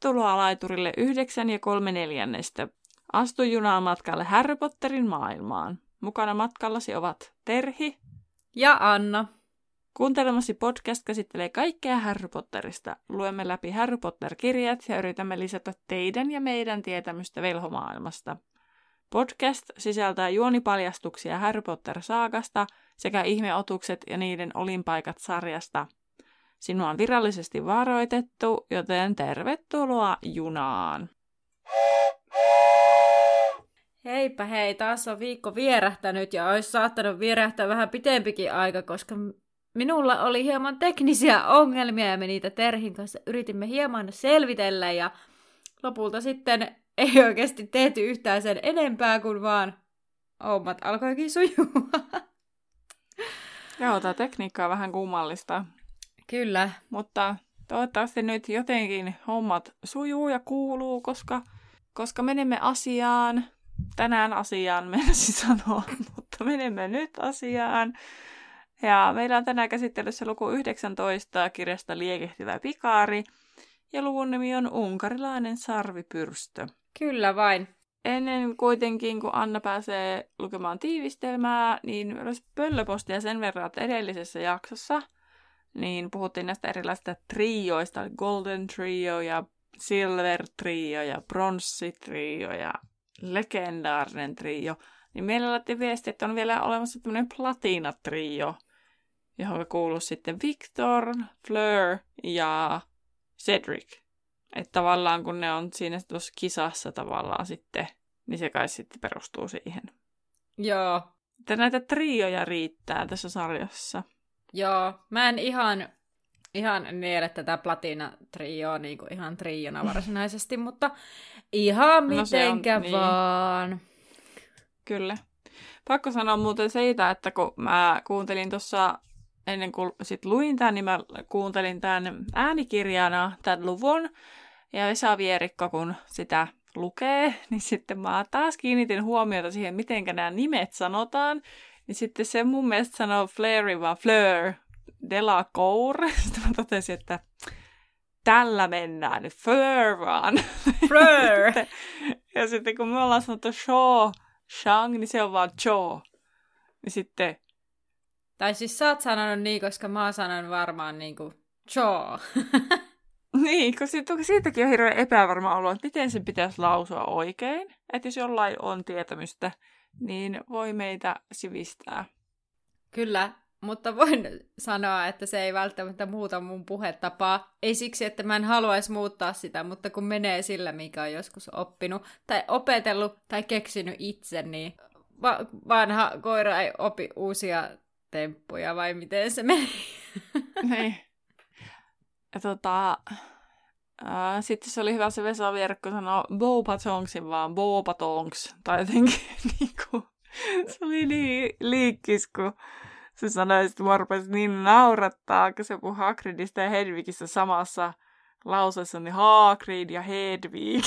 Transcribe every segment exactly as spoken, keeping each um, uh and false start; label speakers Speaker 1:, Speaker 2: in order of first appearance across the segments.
Speaker 1: Tervetuloa laiturille yhdeksän ja kolme neljännestä. Astu junaan matkalle Harry Potterin maailmaan. Mukana matkallasi ovat Terhi
Speaker 2: ja Anna.
Speaker 1: Kuuntelemasi podcast käsittelee kaikkea Harry Potterista. Luemme läpi Harry Potter-kirjat ja yritämme lisätä teidän ja meidän tietämystä velhomaailmasta. Podcast sisältää juonipaljastuksia Harry Potter-saagasta sekä ihmeotukset ja niiden olinpaikat sarjasta. Sinua on virallisesti varoitettu, joten tervetuloa junaan.
Speaker 2: Heipä hei, taas on viikko vierähtänyt ja olisi saattanut vierähtää vähän pitempikin aika, koska minulla oli hieman teknisiä ongelmia ja me niitä Terhin kanssa yritimme hieman selvitellä ja lopulta sitten ei oikeasti tehty yhtään sen enempää kuin vaan hommat alkoikin sujua.
Speaker 1: Joo, tämä tekniikka on vähän kummallista.
Speaker 2: Kyllä.
Speaker 1: Mutta toivottavasti nyt jotenkin hommat sujuu ja kuuluu, koska, koska menemme asiaan. Tänään asiaan mennäisi sanoa, mutta menemme nyt asiaan. Ja meillä on tänään käsittelyssä luku yhdeksäntoista kirjasta Liekehtivä pikaari. Ja luvun nimi on Unkarilainen sarvipyrstö.
Speaker 2: Kyllä vain.
Speaker 1: Ennen kuitenkin, kun Anna pääsee lukemaan tiivistelmää, niin myös pöllöpostia sen verran, että edellisessä jaksossa niin puhuttiin näistä erilaisista trioista, Golden Trio ja Silver Trio ja Bronze Trio ja legendaarinen trio. Niin meillä laitettiin viesti, että on vielä olemassa tämmöinen Platina Trio, johon kuuluu sitten Victor, Fleur ja Cedric. Että tavallaan kun ne on siinä tuossa kisassa tavallaan sitten, niin se kai sitten perustuu siihen.
Speaker 2: Joo.
Speaker 1: Että näitä trioja riittää tässä sarjassa.
Speaker 2: Joo, mä en ihan, ihan niele tätä Platina-trioa niin kuin ihan triona varsinaisesti, mutta ihan mitenkä no on, vaan. Niin.
Speaker 1: Kyllä. Pakko sanoa muuten siitä, että kun mä kuuntelin tuossa, ennen kuin sit luin tämän, niin mä kuuntelin tämän äänikirjana tämän luvun. Ja Vesa Vierikko, kun sitä lukee, niin sitten mä taas kiinnitin huomiota siihen, miten nämä nimet sanotaan. Niin sitten se mun mielestä sanoo Fleury vaan Fleur Delacour. Sitten mä totesin, että tällä mennään nyt. Fleur vaan.
Speaker 2: Fleur!
Speaker 1: Ja sitten kun me ollaan sanottu Shaw, Shang, niin se on vaan Cho. Niin sitten...
Speaker 2: Tai siis sä oot sanonut niin, koska mä oon sanonut varmaan niin kuin Cho.
Speaker 1: Niin, kun siitäkin on hirveän epävarma olo, että miten se pitäisi lausua oikein. Että jos jollain on tietämystä, niin voi meitä sivistää.
Speaker 2: Kyllä, mutta voin sanoa, että se ei välttämättä muuta mun puhetapaa. Ei siksi, että mä en haluaisi muuttaa sitä, mutta kun menee sillä, mikä on joskus oppinut, tai opetellut, tai keksinyt itse, niin va- vanha koira ei opi uusia temppuja, vai miten se meni?
Speaker 1: Niin. Ja tota... Ää, sitten se oli hyvä se Vesa Vierikko sanoi Bobatongsin vaan Bobatongs. Tai jotenkin niinku... Se oli niin liikkis, kun se sanoi, että mua rupesi niin naurattaa, kun se puhui Hagridista ja Hedwigistä samassa lauseessa, niin Hagrid ja Hedwig.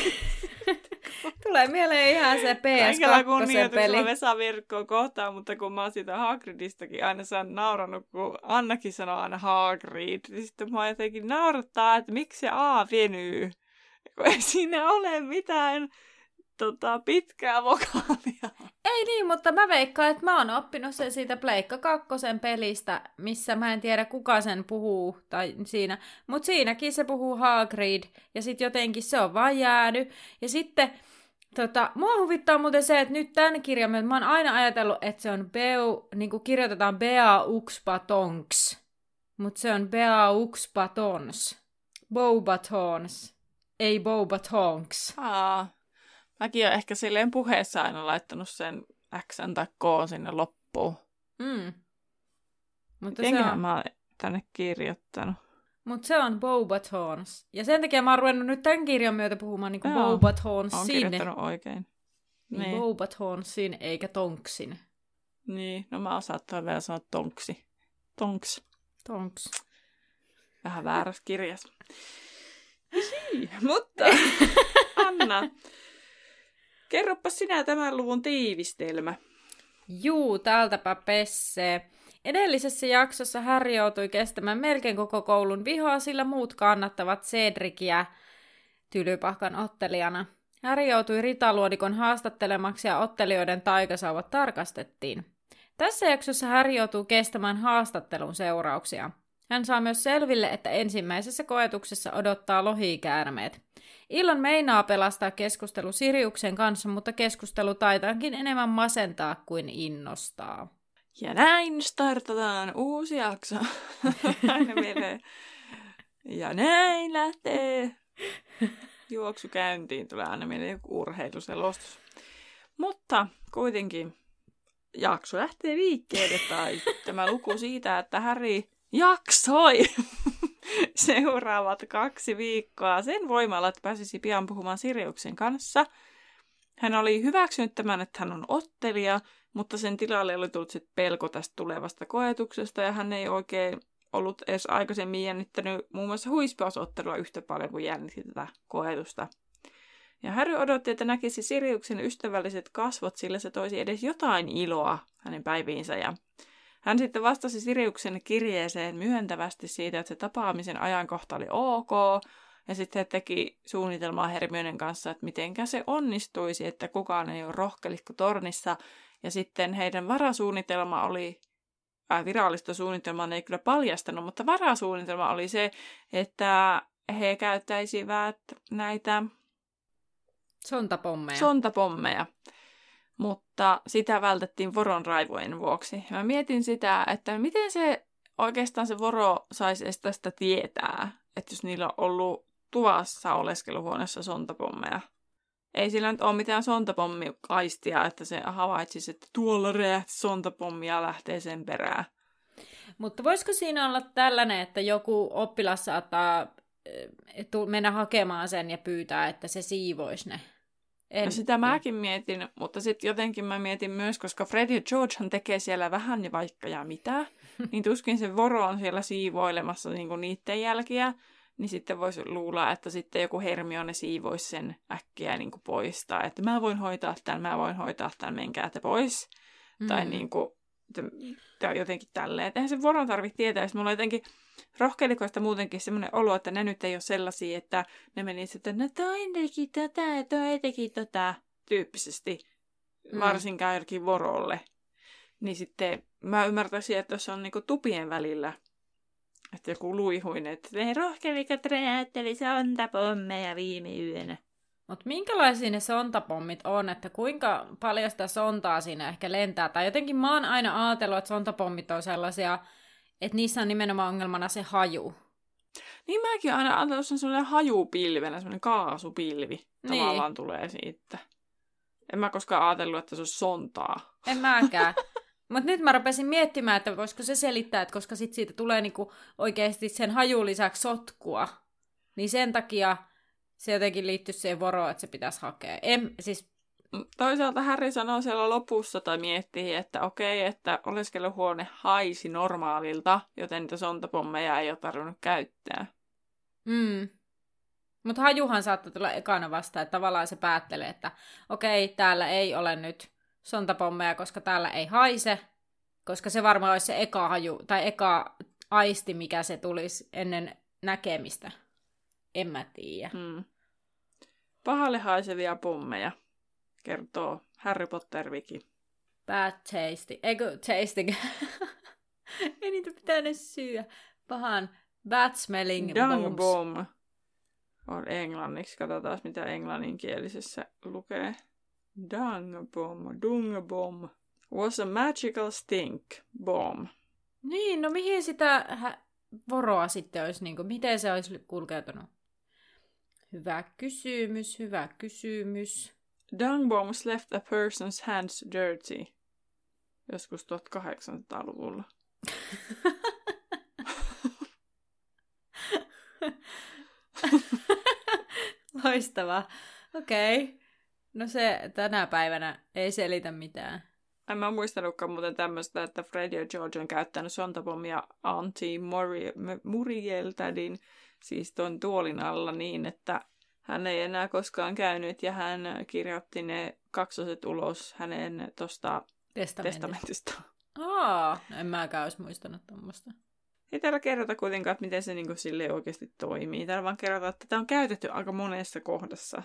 Speaker 2: Tulee mieleen ihan se P S kaksi peli.
Speaker 1: Vesa Vierikkoa kohtaan, mutta kun mä oon siitä Hagridistakin aina saan naurannut, kun Annakin sanoo aina Hagrid, niin sitten mä jotenkin naurattaa, että miksi se A venyy. Kun ei siinä ole mitään tota, pitkää vokaalia.
Speaker 2: Ei niin, mutta mä veikkaan, että mä oon oppinut sen siitä Pleikka kakkosen pelistä, missä mä en tiedä kuka sen puhuu, tai siinä, mutta siinäkin se puhuu Hagrid, ja sitten jotenkin se on vaan jäänyt. Ja sitten, tota, mua huvittaa muuten se, että nyt tämän kirjan myötä mä oon aina ajatellut, että se on Beu, niin kuin kirjoitetaan Beauxbatons, mutta se on Beauxbatons, Beauxbatons, ei Beauxbatons.
Speaker 1: Aa. Mäkin olen ehkä silleen puheessa aina laittanut sen X:n tai K:n sinne loppuun.
Speaker 2: Mm. Mutta
Speaker 1: se
Speaker 2: on...
Speaker 1: mä oon tänne kirjoittanut.
Speaker 2: Mutta se on Beauxbatons. Ja sen takia mä oon ruvennut nyt tämän kirjan myötä puhumaan niin kuin Beauxbatonsin.
Speaker 1: Oon kirjoittanut oikein.
Speaker 2: Niin, niin. Beauxbatonsin eikä Tonksin.
Speaker 1: Niin, no mä osaan vielä sanoa Tonksi. Tonks.
Speaker 2: Tonks.
Speaker 1: Vähän väärässä kirjassa. Mutta Anna... Kerropa sinä tämän luvun tiivistelmä.
Speaker 2: Juu, täältäpä pessee. Edellisessä jaksossa Harry joutui kestämään melkein koko koulun vihaa, sillä muut kannattavat Cedriciä Tylypahkan ottelijana. Harry joutui ritaluodikon haastattelemaksi ja ottelijoiden taikasauvat tarkastettiin. Tässä jaksossa Harry joutuu kestämään haastattelun seurauksia. Hän saa myös selville, että ensimmäisessä koetuksessa odottaa lohikäärmeet. Ilon meinaa pelastaa keskustelu Siriuksen kanssa, mutta keskustelu taitaankin enemmän masentaa kuin innostaa.
Speaker 1: Ja näin startataan uusi jakso. Aina menee. Ja näin lähtee. Juoksu käyntiin tulee aina mieleen joku urheiluselostus. Mutta kuitenkin jakso lähtee liikkeelle tai tämä luku siitä, että Harry jaksoi seuraavat kaksi viikkoa sen voimalla, että pääsisi pian puhumaan Siriuksen kanssa. Hän oli hyväksynyt tämän, että hän on ottelija, mutta sen tilalle oli tullut sit pelko tästä tulevasta koetuksesta ja hän ei oikein ollut edes aikaisemmin jännittänyt muun muassa huispausottelua yhtä paljon kuin jännitti tätä koetusta. Ja Harry odotti, että näkisi Siriuksen ystävälliset kasvot, sillä se toisi edes jotain iloa hänen päiviinsä. Ja hän sitten vastasi Siriuksen kirjeeseen myöntävästi siitä, että se tapaamisen ajankohta oli ok. Ja sitten he teki suunnitelmaa Hermionen kanssa, että mitenkä se onnistuisi, että kukaan ei ole rohkelikko tornissa. Ja sitten heidän varasuunnitelma oli, äh, virallista suunnitelmaa ei kyllä paljastanut, mutta varasuunnitelma oli se, että he käyttäisivät näitä
Speaker 2: sontapommeja.
Speaker 1: sontapommeja. Mutta sitä vältettiin voron raivojen vuoksi. Mä mietin sitä, että miten se oikeastaan se voro saisi edes tästä tietää, että jos niillä on ollut tuvassa oleskeluhuoneessa sontapommeja. Ei sillä nyt ole mitään sontapommikaistia, että se havaitsisi, että tuolla räjähti sontapommi ja lähtee sen perään.
Speaker 2: Mutta voisiko siinä olla tällainen, että joku oppilas saattaa mennä hakemaan sen ja pyytää, että se siivoisi ne? En...
Speaker 1: No sitä mäkin mietin, mutta sitten jotenkin mä mietin myös, koska Fred ja Georgehan tekee siellä vähän ja vaikka ja mitä, niin tuskin se voro on siellä siivoilemassa niinku niiden jälkiä, niin sitten voisi luulla, että sitten joku Hermione siivoisi sen äkkiä niinku poistaa, että mä voin hoitaa tämän, mä voin hoitaa tämän, menkää te pois. Mm. Tai niinku, tai jotenkin tälleen. Että eihän se voron tarvitse tietää, jos mulla on jotenkin rohkeilikoista muutenkin semmoinen olo, että ne nyt ei ole sellaisia, että ne menisivät, että no toi teki tätä ja toi teki tätä tyyppisesti, mm. varsinkaan jollekin vorolle. Niin sitten mä ymmärtäisin, että jos on niinku tupien välillä, että joku luihuinen, että ne rohkelikot räjäytteli sontapommeja viime yönä.
Speaker 2: Mutta minkälaisia ne sontapommit on, että kuinka paljon sitä sontaa siinä ehkä lentää? Tai jotenkin mä oon aina ajatellut, että sontapommit on sellaisia, että niissä on nimenomaan ongelmana se haju.
Speaker 1: Niin mäkin aina ajatellut, että se on sellainen hajupilvenä, sellainen kaasupilvi niin tavallaan tulee siitä. En mä koskaan ajatellut, että se on sontaa.
Speaker 2: En mäkään. Mutta nyt mä rupesin miettimään, että voisiko se selittää, että koska sit siitä tulee niinku oikeasti sen hajun lisäksi sotkua, niin sen takia se jotenkin liittyy siihen voroon, että se pitäisi hakea. En, siis...
Speaker 1: Toisaalta Harry sanoo siellä lopussa tai miettii, että okei, että oleskeluhuone haisi normaalilta, joten niitä sontapommeja ei ole tarvinnut käyttää.
Speaker 2: Mm. Mutta hajuhan saattaa tulla ekana vastaan, että tavallaan se päättelee, että okei, täällä ei ole nyt sontapommeja, koska täällä ei haise, koska se varmaan olisi se eka haju, tai eka aisti, mikä se tulisi ennen näkemistä. En mä tiedä.
Speaker 1: Hmm. Pahalle haisevia pommeja, kertoo Harry Potter-wiki.
Speaker 2: Bad taste. Eikö tasting? Ei niitä pitänyt syödä. Pahan bad smelling
Speaker 1: dung bomb on englanniksi. Katsotaan, mitä englanninkielisessä lukee. Dung bomb, dung bomb was a magical stink bomb.
Speaker 2: Niin, no mihin sitä hä- voroa sitten olisi, niin kuin, miten se olisi kulkeutunut? Hyvä kysymys, hyvä kysymys.
Speaker 1: Dung bombs left a person's hands dirty. Joskus tuhatkahdeksansataaluvulla.
Speaker 2: Loistavaa. Okei. Okay. No se tänä päivänä ei selitä mitään.
Speaker 1: En mä muistanutkaan muuten tämmöistä, että Fred ja George on käyttänyt sontapommia Auntie Murieltädin, siis ton tuolin alla niin, että hän ei enää koskaan käynyt ja hän kirjoitti ne kaksoset ulos hänen tosta testamentista.
Speaker 2: Aa, no en mäkään olisi muistanut tommoista.
Speaker 1: Ei täällä kerrota kuitenkaan, että miten se niinku silleen oikeasti toimii. Täällä vaan kerrotaan, että tämä on käytetty aika monessa kohdassa.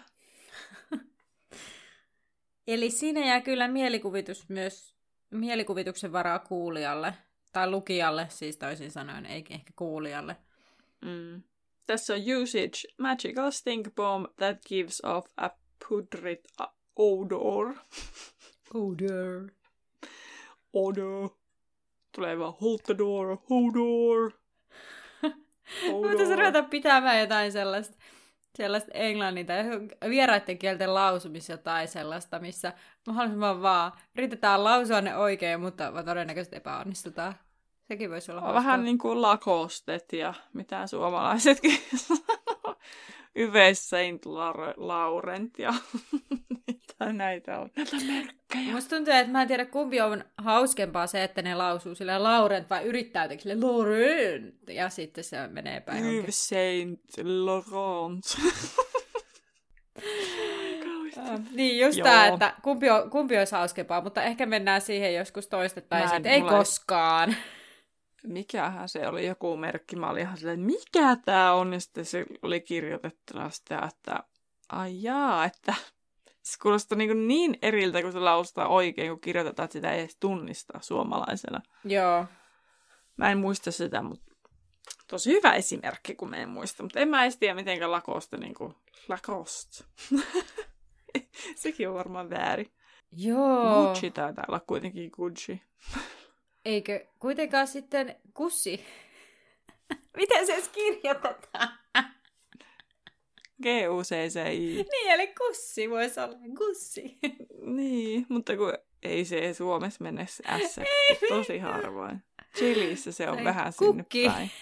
Speaker 2: Eli siinä jää kyllä mielikuvitus myös, mielikuvituksen varaa kuulijalle. Tai lukijalle, siis toisin sanoen, ei ehkä kuulijalle.
Speaker 1: Mm. Tässä on usage. Magical stink bomb that gives off a putrid odor.
Speaker 2: Odor.
Speaker 1: Odor. Tulee vaan hold the door, odor.
Speaker 2: Mutta se ruveta pitämään jotain sellaista, sellaista englannin tai vieraiden kielten lausumissa jotain sellaista, missä mahdollisimman vaan yritetään lausua ne oikein, mutta todennäköisesti epäonnistutaan. Sekin voisi olla hauskaa.
Speaker 1: Vähän niin kuin lakostet ja mitä suomalaisetkin sanoo. Yves Saint Laurent ja mitä näitä on. Näitä merkkejä.
Speaker 2: Musta tuntuu, että mä en tiedä kumpi on hauskempaa se, että ne lausuu silleen Laurent vai yrittää jotenkin silleen Laurent ja sitten se menee päin.
Speaker 1: Yves Saint Laurent.
Speaker 2: Niin, just tää, että kumpi, on, kumpi olisi hauskempaa, mutta ehkä mennään siihen joskus toistettaisiin, ei mulle... koskaan.
Speaker 1: Mikähän se oli, joku merkki, mä olin ihan silleen, mikä tää on, ja sitten se oli kirjoitettuna sitä, että ai jaa, että se kuulostaa niin, niin eriltä, kun se lausutaan oikein, kun kirjoitetaan, että sitä ei edes tunnista suomalaisena.
Speaker 2: Joo.
Speaker 1: Mä en muista sitä, mutta tosi hyvä esimerkki, kun mä en muista, mutta en mä edes tiedä, mitenkä Lacoste, niin kuin Lacoste. Sekin on varmaan väärin.
Speaker 2: Joo.
Speaker 1: Gucci taitaa olla kuitenkin Gucci.
Speaker 2: Eikö kuitenkaan sitten kussi? Miten se edes kirjoitetaan?
Speaker 1: G U C C I.
Speaker 2: Niin, eli kussi voisi olla kussi.
Speaker 1: Niin, mutta kun ei se Suomessa mene S. Tosi harvoin. Chilissä se on
Speaker 2: Ei,
Speaker 1: vähän
Speaker 2: kukki.
Speaker 1: sinne päin.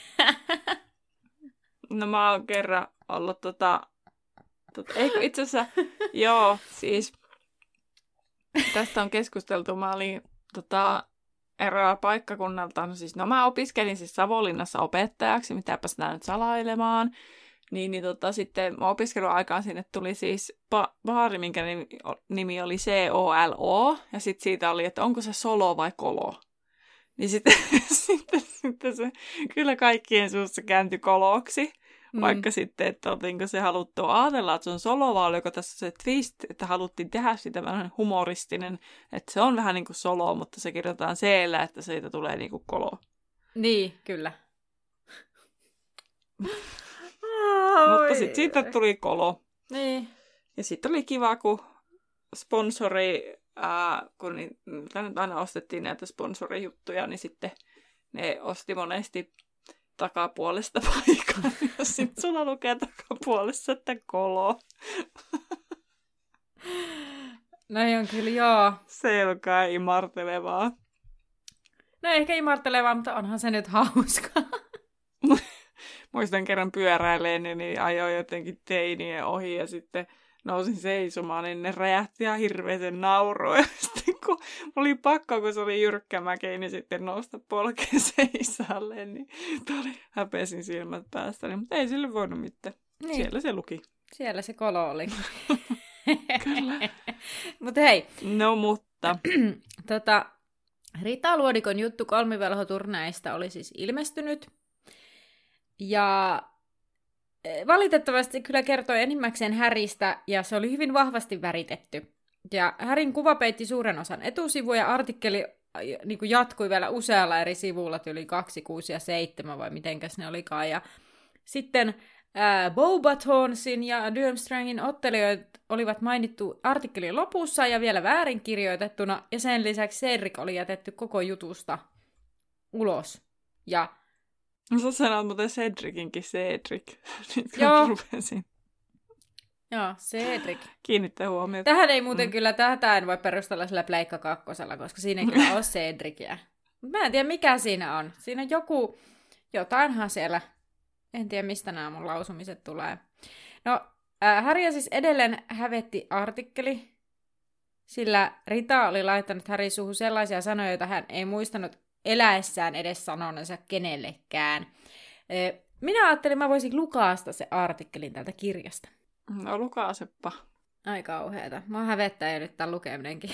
Speaker 1: No mä oon kerran ollut tota... tota eikö itse asiassa... Joo, siis... Tästä on keskusteltu. Mä olin tota... eräällä paikkakunnalta, no siis, no mä opiskelin siis Savonlinnassa opettajaksi, mitäpäs nää nyt salailemaan, niin, niin tota, sitten mä opiskeluaikaan sinne tuli siis ba- baari, minkä nimi, nimi oli C O L O, ja sitten siitä oli, että onko se solo vai kolo. Niin sitten, sitten, sitten se kyllä kaikkien suussa kääntyi koloksi, mm. vaikka sitten, että oltiinko se haluttu ajatella, että se on solo, vai oliko tässä se twist, että haluttiin tehdä sitä vähän humoristinen, että se on vähän niin kuin solo, mutta se kirjoitetaan C-llä, että siitä tulee niin kuin kolo.
Speaker 2: Niin, kyllä.
Speaker 1: Mutta sitten siitä tuli kolo.
Speaker 2: Niin.
Speaker 1: Ja sitten oli kiva, kun sponsori, ää, kun niin, nyt aina ostettiin näitä sponsorijuttuja, niin sitten ne osti monesti takapuolesta paikan. Ja sitten sulla lukee takapuolessa, että kolo.
Speaker 2: No on kyllä, joo.
Speaker 1: Selkää imartelevaa.
Speaker 2: No ehkä imartelevaa, mutta onhan se nyt hauskaa.
Speaker 1: Muistan kerran pyöräileen, niin ajoin jotenkin teinien ohi ja sitten nousin seisomaan, niin ne räjähti ihan hirveäsen nauroa. Ja sitten kun oli pakko, kun se oli jyrkkä mäki, niin sitten nousta polkeen seisalle, niin tuli häpesin silmät päästäni. Mutta ei sille voinut mitään. Niin. Siellä se luki.
Speaker 2: Siellä se kolo oli.
Speaker 1: Kyllä.
Speaker 2: Mut hei.
Speaker 1: No mutta.
Speaker 2: tota, Rita Luodikon juttu kolmivelhoturneista oli siis ilmestynyt. Ja valitettavasti kyllä kertoi enimmäkseen Harrystä, ja se oli hyvin vahvasti väritetty. Ja Harryn kuva peitti suuren osan etusivuja, artikkeli niin kuin jatkui vielä usealla eri sivulla, yli kaksi, kuusi ja seitsemän, vai mitenkäs ne olikaan. Ja sitten ää, Beaubatonsin ja Durmstrangin ottelijat olivat mainittu artikkelin lopussa ja vielä väärin kirjoitettuna, ja sen lisäksi Cedric oli jätetty koko jutusta ulos. Ja
Speaker 1: sä sanoit muuten Cedricinkin Cedric. Nyt
Speaker 2: joo.
Speaker 1: rupesin.
Speaker 2: Joo, Cedric.
Speaker 1: Kiinnittää huomiota.
Speaker 2: Tähän ei muuten
Speaker 1: mm. kyllä,
Speaker 2: tätä en voi perustella sillä Pleikka kakkosella, koska siinä ei kyllä ole Cedriciä. Mä en tiedä, mikä siinä on. Siinä on joku, jotainhan siellä. En tiedä, mistä nämä mun lausumiset tulee. No, äh, Harrya siis edelleen hävetti artikkeli, sillä Rita oli laittanut Harryn suuhun sellaisia sanoja, joita hän ei muistanut eläessään edes sanoneensa kenellekään. Minä ajattelin, että mä voisin lukaasta se artikkelin tältä kirjasta.
Speaker 1: No lukaasepa.
Speaker 2: Ai kauheeta. Mua hävettää jo nyt tämän lukeminenkin.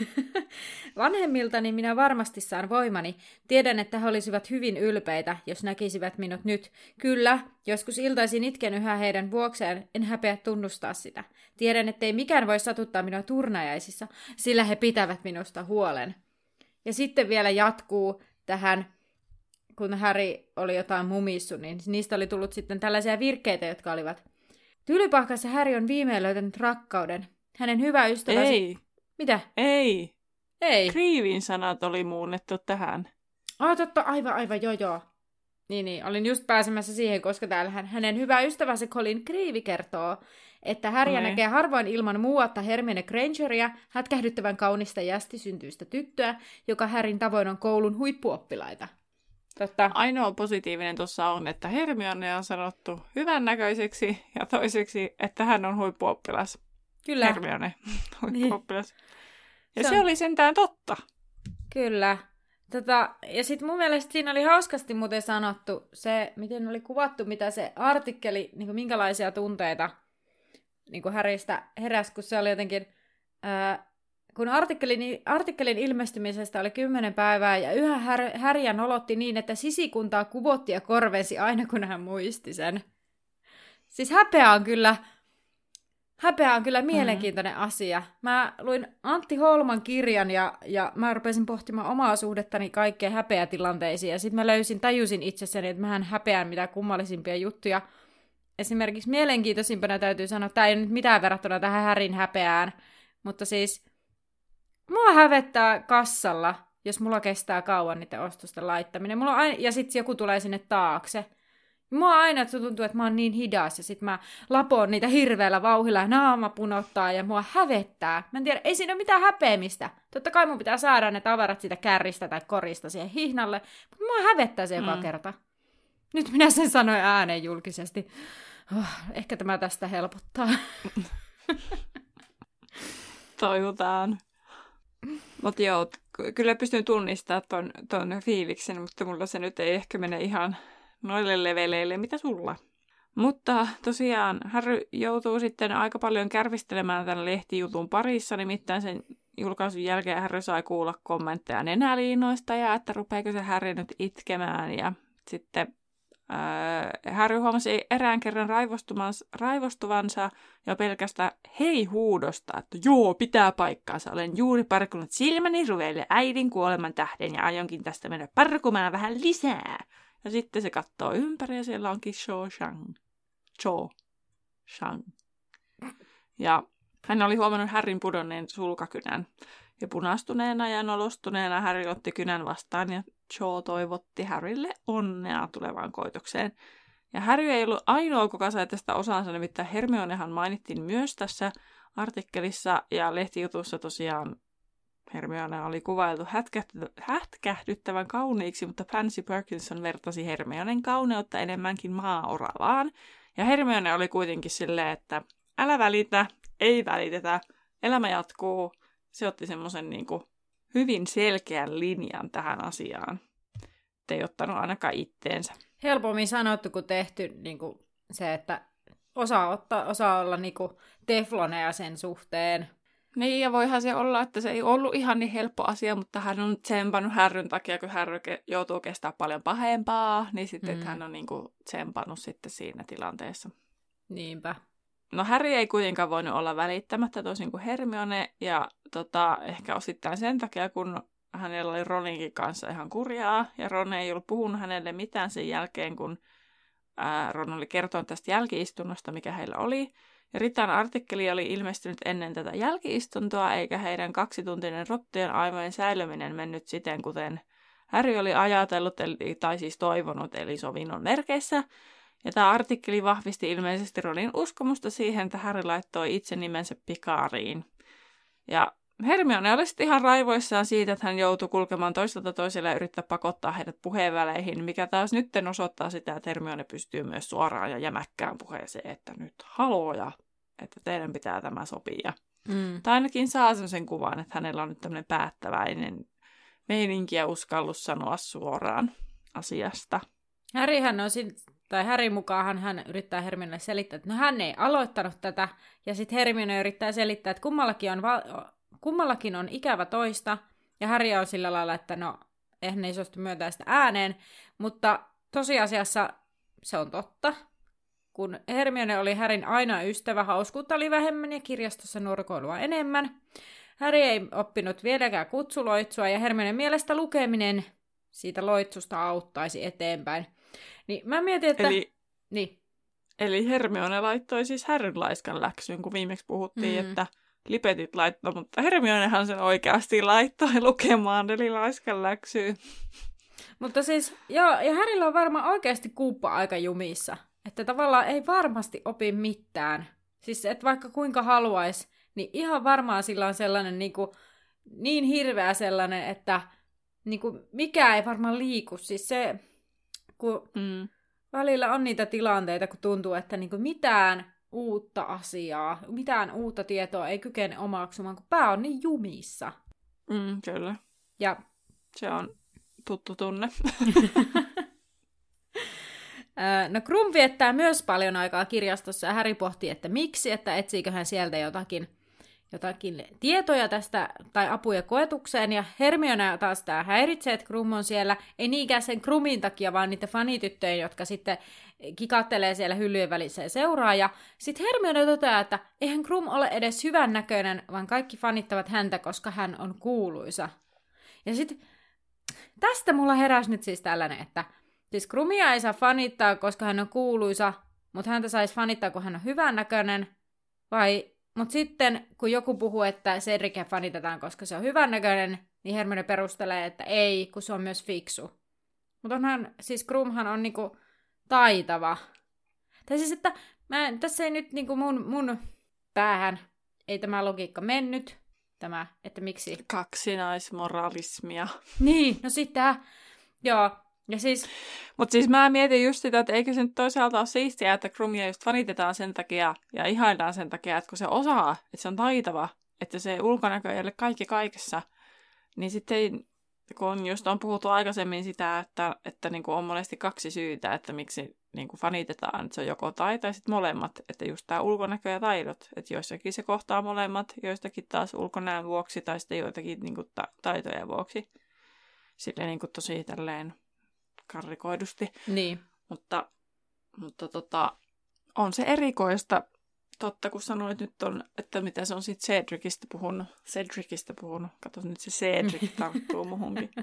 Speaker 2: Vanhemmiltani minä varmasti saan voimani. Tiedän, että he olisivat hyvin ylpeitä, jos näkisivät minut nyt. Kyllä, joskus iltaisin itken yhä heidän vuokseen, en häpeä tunnustaa sitä. Tiedän, ettei mikään voi satuttaa minua turnajaisissa, sillä he pitävät minusta huolen. Ja sitten vielä jatkuu tähän, kun Harry oli jotain mumissu, niin niistä oli tullut sitten tällaisia virkkeitä, jotka olivat: Tylypahkassa Harry on viimein löytänyt rakkauden. Hänen hyvä ystävänsä...
Speaker 1: Ei.
Speaker 2: Mitä?
Speaker 1: Ei.
Speaker 2: Ei.
Speaker 1: Kriivin sanat oli muunnettu tähän.
Speaker 2: Ah, totta, aivan, aivan, joo, joo. Niin, niin, olin just pääsemässä siihen, koska täällähän hänen hyvä ystävänsä Colin Creevy kertoo, että Harry
Speaker 1: Ne.
Speaker 2: näkee harvoin ilman muuatta Hermione Grangeria, hätkähdyttävän kaunista jästisyntyistä tyttöä, joka Harryn tavoin on koulun huippuoppilaita. Totta.
Speaker 1: Ainoa positiivinen tuossa on, että Hermione on sanottu hyvännäköiseksi ja toiseksi, että hän on huippuoppilas.
Speaker 2: Kyllä.
Speaker 1: Hermione, huippuoppilas. Ja
Speaker 2: Se
Speaker 1: se,
Speaker 2: on-
Speaker 1: se oli sentään totta.
Speaker 2: Kyllä. Tota, ja sitten mun mielestä siinä oli hauskasti muuten sanottu se, miten oli kuvattu, mitä se artikkeli, niin kuin minkälaisia tunteita niin kuin Harrystä heräsi, kun se oli jotenkin, ää, kun artikkelin, artikkelin ilmestymisestä oli kymmenen päivää, ja yhä Har- Harrya nolotti niin, että sisikuntaa kuvotti ja korvensi aina, kun hän muisti sen. Siis häpeä on kyllä... Häpeä on kyllä mielenkiintoinen mm-hmm. asia. Mä luin Antti Holman kirjan ja, ja mä rupesin pohtimaan omaa suhdettani kaikkeen häpeätilanteisiin. Ja sitten mä löysin, tajusin itsessäni, että mähän häpeän mitä kummallisimpia juttuja. Esimerkiksi mielenkiintoisimpana täytyy sanoa, että tämä ei ole nyt mitään verrattuna tähän Harryn häpeään. Mutta siis mua hävettää kassalla, jos mulla kestää kauan niiden ostosten laittaminen. Mulla on aina, ja sitten joku tulee sinne taakse. Mua aina tuntuu, että mä oon niin hidas ja sit mä lapoon niitä hirveällä vauhilla ja naama punottaa ja mua hävettää. Mä en tiedä, ei siinä ole mitään häpeämistä. Totta kai mun pitää saada ne tavarat siitä kärristä tai korista siihen hihnalle, mutta mua hävettää se joka mm. kerta. Nyt minä sen sanoin ääneen julkisesti. Oh, ehkä tämä tästä helpottaa.
Speaker 1: Toivotaan. Mutta joo, kyllä pystyn tunnistamaan ton, ton fiiliksen, mutta mulla se nyt ei ehkä mene ihan noille leveleille, mitä sulla. Mutta tosiaan Harry joutuu sitten aika paljon kärvistelemään tämän lehtijutun parissa, nimittäin sen julkaisun jälkeen Harry sai kuulla kommentteja nenäliinoista ja että rupeeko se Harry nyt itkemään. Ja sitten ää, Harry huomasi erään kerran raivostuvansa jo pelkästä hei-huudosta, että joo, pitää paikkaansa. Olen juuri parkunut silmäni ruveille äidin kuoleman tähden ja aionkin tästä mennä parkumaan vähän lisää. Ja sitten se katsoo ympäri ja siellä onkin Cho Chang. Cho Chang. Ja hän oli huomannut Harryn pudonneen sulkakynän. Ja punastuneena ja nolostuneena Harry otti kynän vastaan ja Cho toivotti Harrylle onnea tulevaan koitokseen. Ja Harry ei ollut ainoa, kuka sai tästä osansa, nimittäin Hermionehan mainittiin myös tässä artikkelissa ja lehtijutussa tosiaan Hermione oli kuvailtu hätkähdyttävän kauniiksi, mutta Pansy Parkinson vertasi Hermionen kauneutta enemmänkin maaoravaan. Ja Hermione oli kuitenkin silleen, että älä välitä, ei välitetä, elämä jatkuu. Se otti semmoisen niin kuin hyvin selkeän linjan tähän asiaan. Et ei ottanut ainakaan itteensä.
Speaker 2: Helpommin sanottu kuin tehty niin kuin se, että osaa, ottaa, osaa olla niin kuin tefloneja sen suhteen.
Speaker 1: Niin, ja voihan se olla, että se ei ollut ihan niin helppo asia, mutta hän on tsempannut Harryn takia, kun Harry ke- joutuu kestämään paljon pahempaa, niin sitten mm. hän on niin kuin tsempannut sitten siinä tilanteessa.
Speaker 2: Niinpä.
Speaker 1: No Harry ei kuitenkaan voinut olla välittämättä toisin kuin Hermione, ja tota, ehkä osittain sen takia, kun hänellä oli Roninkin kanssa ihan kurjaa, ja Ron ei ollut puhunut hänelle mitään sen jälkeen, kun ää, Ron oli kertonut tästä jälki-istunnosta, mikä heillä oli. Ja Ritan artikkeli oli ilmestynyt ennen tätä jälki-istuntoa, eikä heidän kaksituntinen rottujen aivojen säilyminen mennyt siten, kuten Harry oli ajatellut, eli, tai siis toivonut, eli sovinnon merkeissä. Ja tämä artikkeli vahvisti ilmeisesti Ronin uskomusta siihen, että Harry laittoi itse nimensä Picariin. Ja Hermione oli sitten ihan raivoissaan siitä, että hän joutui kulkemaan toiselta toiselle ja yrittää pakottaa heidät puheenväleihin, mikä taas nyt osoittaa sitä, että Hermione pystyy myös suoraan ja jämäkkään puheeseen, että nyt haloja, että teidän pitää tämä sopia. Mm. Tai ainakin saa sen kuvan, että hänellä on nyt tämmöinen päättäväinen meininki ja uskallus sanoa suoraan asiasta.
Speaker 2: Harryhän on sit tai Harryn mukaan hän yrittää Hermionelle selittää, että no hän ei aloittanut tätä, ja sitten Hermione yrittää selittää, että kummallakin on, va- kummallakin on ikävä toista, ja Harry on sillä lailla, että no, eihän ei suostu myöntää sitä ääneen, mutta tosiasiassa se on totta. Kun Hermione oli Harryn ainoa ystävä, hauskuutta oli vähemmän ja kirjastossa nurkoilua enemmän. Harry ei oppinut vieläkään kutsuloitsua, ja Hermionen mielestä lukeminen siitä loitsusta auttaisi eteenpäin. Niin mä mietin, että...
Speaker 1: Eli,
Speaker 2: niin.
Speaker 1: eli Hermione laittoi siis Harryn laiskan läksyyn, kun viimeksi puhuttiin, mm. että lipetit laittoi, mutta Hermionehan sen oikeasti laittoi lukemaan, eli laiskan läksyyn.
Speaker 2: Mutta siis, joo, ja Harrylla on varmaan oikeasti kuuppa aika jumissa. Että tavallaan ei varmasti opi mitään. Siis, että vaikka kuinka haluaisi, niin ihan varmaan sillä on sellainen niin, kuin, niin hirveä sellainen, että niin kuin, mikään ei varmaan liiku. Siis se, kun mm. välillä on niitä tilanteita, kun tuntuu, että niin kuin mitään uutta asiaa, mitään uutta tietoa ei kykene omaksumaan, kun pää on niin jumissa.
Speaker 1: Mm, kyllä.
Speaker 2: Ja
Speaker 1: se on tuttu tunne.
Speaker 2: No Krum viettää myös paljon aikaa kirjastossa, ja Harry pohtii, että miksi, että etsiikö hän sieltä jotakin, jotakin tietoja tästä tai apuja koetukseen, ja Hermione taas tää häiritsee, että Krum on siellä, ei niinkään sen Krumin takia, vaan niiden fanityttöjen, jotka sitten kikattelee siellä hyllyjen välissä ja seuraa, ja sitten Hermione toteaa, että eihän Krum ole edes hyvännäköinen, vaan kaikki fanittavat häntä, koska hän on kuuluisa. Ja sitten tästä mulla heräsi nyt siis tällainen, että siis Krumia ei saa fanittaa, koska hän on kuuluisa, mutta häntä saisi fanittaa, kun hän on hyvännäköinen. Vai, mutta sitten, kun joku puhuu, että Cedricia fanitetaan, koska se on hyvännäköinen, niin Hermione perustelee, että ei, kun se on myös fiksu. Mutta onhan, siis Krumhan on niinku taitava. Tai siis, että mä, tässä ei nyt niinku mun, mun päähän, ei tämä logiikka mennyt. Tämä, että miksi...
Speaker 1: Kaksinaismoralismia.
Speaker 2: Niin, no sitä, joo. Ja siis...
Speaker 1: Mutta siis mä mietin just sitä, että eikö se nyt toisaalta ole siistiä, että Krumia just fanitetaan sen takia ja ihaillaan sen takia, että kun se osaa, että se on taitava, että se ulkonäkö ei ole kaikki kaikessa, niin sitten kun just on puhuttu aikaisemmin sitä, että, että niinku on monesti kaksi syytä, että miksi niinku fanitetaan, että se on joko tai tai sitten molemmat, että just tämä ulkonäkö ja taidot, että joissakin se kohtaa molemmat, joistakin taas ulkonäön vuoksi tai sitten joitakin niinku ta- taitojen vuoksi. Silleen niinku tosi tälleen karrikoidusti.
Speaker 2: Niin.
Speaker 1: Mutta, mutta tota, on se erikoista, totta kun sanoit nyt, on, että mitä se on siitä Cedricistä puhunut. Cedricistä puhunut. Kato nyt se Cedric tarttuu muhunkin.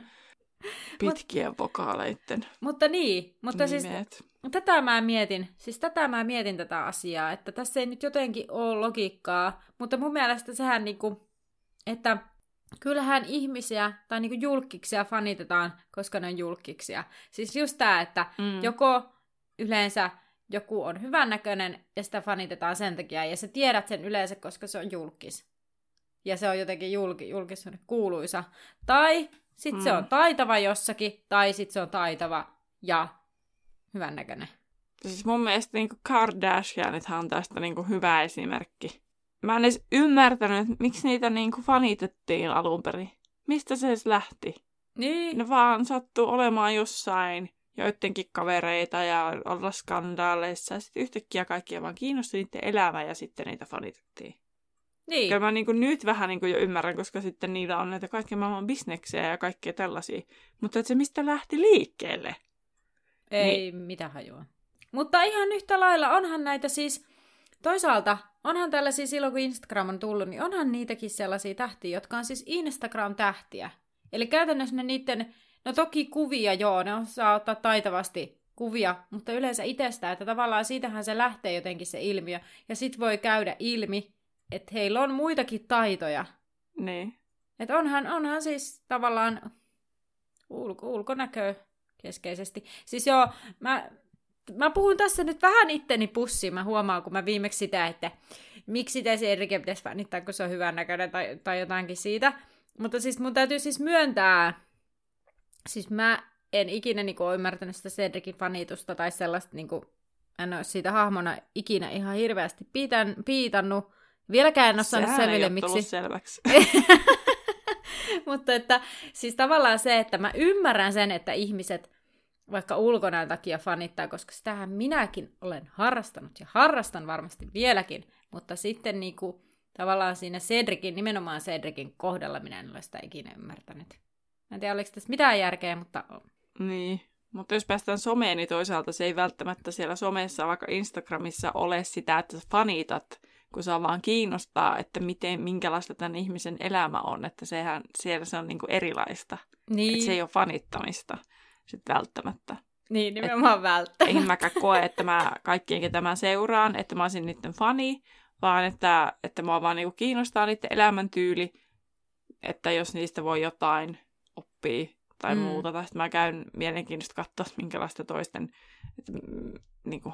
Speaker 1: Pitkien Mut, vokaaleitten
Speaker 2: Mutta niin, mutta
Speaker 1: nimet.
Speaker 2: Siis tätä mä mietin, siis tätä mä mietin tätä asiaa, että tässä ei nyt jotenkin ole logiikkaa, mutta mun mielestä sehän niinku, että kyllähän ihmisiä tai niinku julkkiksia fanitetaan, koska ne on julkkiksia. Siis just tää, että mm. joko yleensä joku on hyvännäköinen ja sitä fanitetaan sen takia, ja sä tiedät sen yleensä, koska se on julkis. Ja se on jotenkin julki, julkisuuden kuuluisa. Tai sit mm. se on taitava jossakin, tai sit se on taitava ja hyvännäköinen.
Speaker 1: Siis mun mielestä niinku Kardashianithan on tästä niinku hyvä esimerkki. Mä en edes ymmärtänyt, että miksi niitä niinku fanitettiin alun perin. Mistä se edes lähti?
Speaker 2: Niin.
Speaker 1: Ne vaan sattuu olemaan jossain joidenkin kavereita ja olla skandaaleissa. Ja sitten yhtäkkiä kaikkia vaan kiinnosti niiden elämä ja sitten niitä fanitettiin.
Speaker 2: Niin.
Speaker 1: Ja mä niinku nyt vähän niinku jo ymmärrän, koska sitten niillä on näitä kaikkia maailman bisneksiä ja kaikkea tällaisia. Mutta että se mistä lähti liikkeelle?
Speaker 2: Ei
Speaker 1: niin.
Speaker 2: mitään hajua. Mutta ihan yhtä lailla onhan näitä siis, toisaalta onhan tällaisia silloin kun Instagram on tullut, niin onhan niitäkin sellaisia tähtiä, jotka on siis Instagram-tähtiä. Eli käytännössä ne niiden, no toki kuvia joo, ne osaa ottaa taitavasti kuvia, mutta yleensä itsestään, että tavallaan siitähän se lähtee jotenkin se ilmiö. Ja sit voi käydä ilmi, että heillä on muitakin taitoja.
Speaker 1: Niin.
Speaker 2: Että onhan, onhan siis tavallaan ulko, ulkonäkö keskeisesti. Siis joo, mä, mä puhun tässä nyt vähän itteni pussiin. Mä huomaan, kun mä viimeksi sitä, että miksi te se Enrique pitäisi vänittää, kun se on hyvännäköinen tai, tai jotainkin siitä. Mutta siis mun täytyy siis myöntää, siis mä en ikinä niinku ole ymmärtänyt sitä Cedricin fanitusta tai sellaista, niinku, en ole siitä hahmona ikinä ihan hirveästi piitän, piitannut. Vieläkään en ole saanut selville, miksi.
Speaker 1: Selväksi.
Speaker 2: Mutta että siis tavallaan se, että mä ymmärrän sen, että ihmiset vaikka ulkonäön takia fanittaa, koska sitähän minäkin olen harrastanut ja harrastan varmasti vieläkin, mutta sitten niinku, tavallaan siinä Cedricin, nimenomaan Cedricin kohdalla minä en ole sitä ikinä ymmärtänyt. Mä en tiedä, oliko tässä mitään järkeä, mutta...
Speaker 1: Niin, mutta jos päästään someen, niin toisaalta se ei välttämättä siellä somessa, vaikka Instagramissa ole sitä, että sä fanitat, kun saa vaan kiinnostaa, että miten, minkälaista tämän ihmisen elämä on, että sehän, siellä se on niinku erilaista.
Speaker 2: Niin.
Speaker 1: Että se ei ole fanittamista sitten välttämättä.
Speaker 2: Niin, nimenomaan välttämättä.
Speaker 1: En mäkään koe, että mä kaikkien, ketä mä seuraan, että mä olisin niiden fani, vaan että, että mua vaan niinku kiinnostaa niiden elämäntyyli, että jos niistä voi jotain oppia tai mm. muuta, tai sitten mä käyn mielenkiintoista katsoa, minkälaista toisten, että, niinku,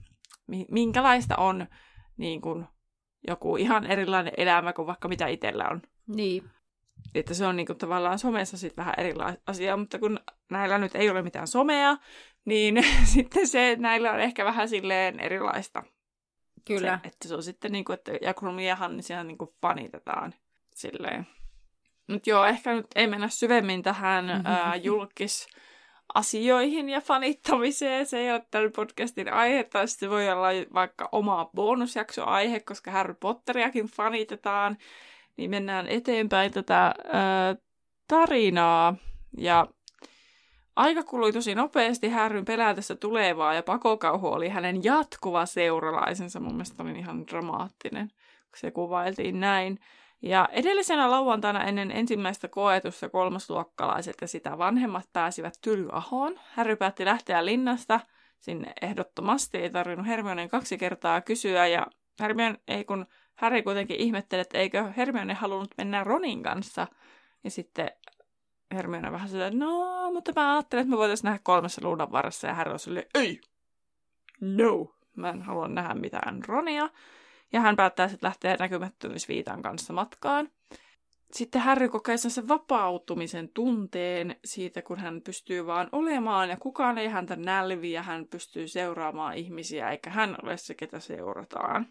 Speaker 1: minkälaista on niinku, joku ihan erilainen elämä kuin vaikka mitä itsellä on.
Speaker 2: Niin.
Speaker 1: Että se on niinku tavallaan somessa sitten vähän erilainen asia, mutta kun näillä nyt ei ole mitään somea, niin sitten se näillä on ehkä vähän silleen erilaista.
Speaker 2: Kyllä.
Speaker 1: Se, että se on sitten niinku, että Jakrumi ja Hanni siellä niinku fanitetaan silleen. Mutta joo, ehkä nyt ei mennä syvemmin tähän ää, julkisasioihin ja fanittamiseen. Se ei ole tämän podcastin aihe, tai sitten voi olla vaikka oma bonusjaksoaihe, koska Harry Potteriakin fanitetaan. Niin mennään eteenpäin tätä ää, tarinaa. Ja aika kului tosi nopeasti Harryn pelätessä tulevaa, ja pakokauhu oli hänen jatkuva seuralaisensa. Mun mielestä oli ihan dramaattinen, kun se kuvailtiin näin. Ja edellisenä lauantaina ennen ensimmäistä koetusta kolmasluokkalaiset ja sitä vanhemmat pääsivät Tylyahoon. Harry päätti lähteä linnasta sinne ehdottomasti, ei tarvinnut Hermionen kaksi kertaa kysyä. Ja Hermione, ei kun Harry kuitenkin ihmetteli, että eikö Hermione halunnut mennä Ronin kanssa. Ja sitten Hermione vähän sitä, no, mutta mä ajattelin, että me voitaisiin nähdä kolmessa luudan varressa. Ja Harry oli silleen, ei, no, mä en halua nähdä mitään Ronia. Ja hän päättää sitten lähteä näkymättömyysviitan kanssa matkaan. Sitten Harry kokee sen vapautumisen tunteen siitä, kun hän pystyy vaan olemaan ja kukaan ei häntä nälvi ja hän pystyy seuraamaan ihmisiä, eikä hän ole se, ketä seurataan.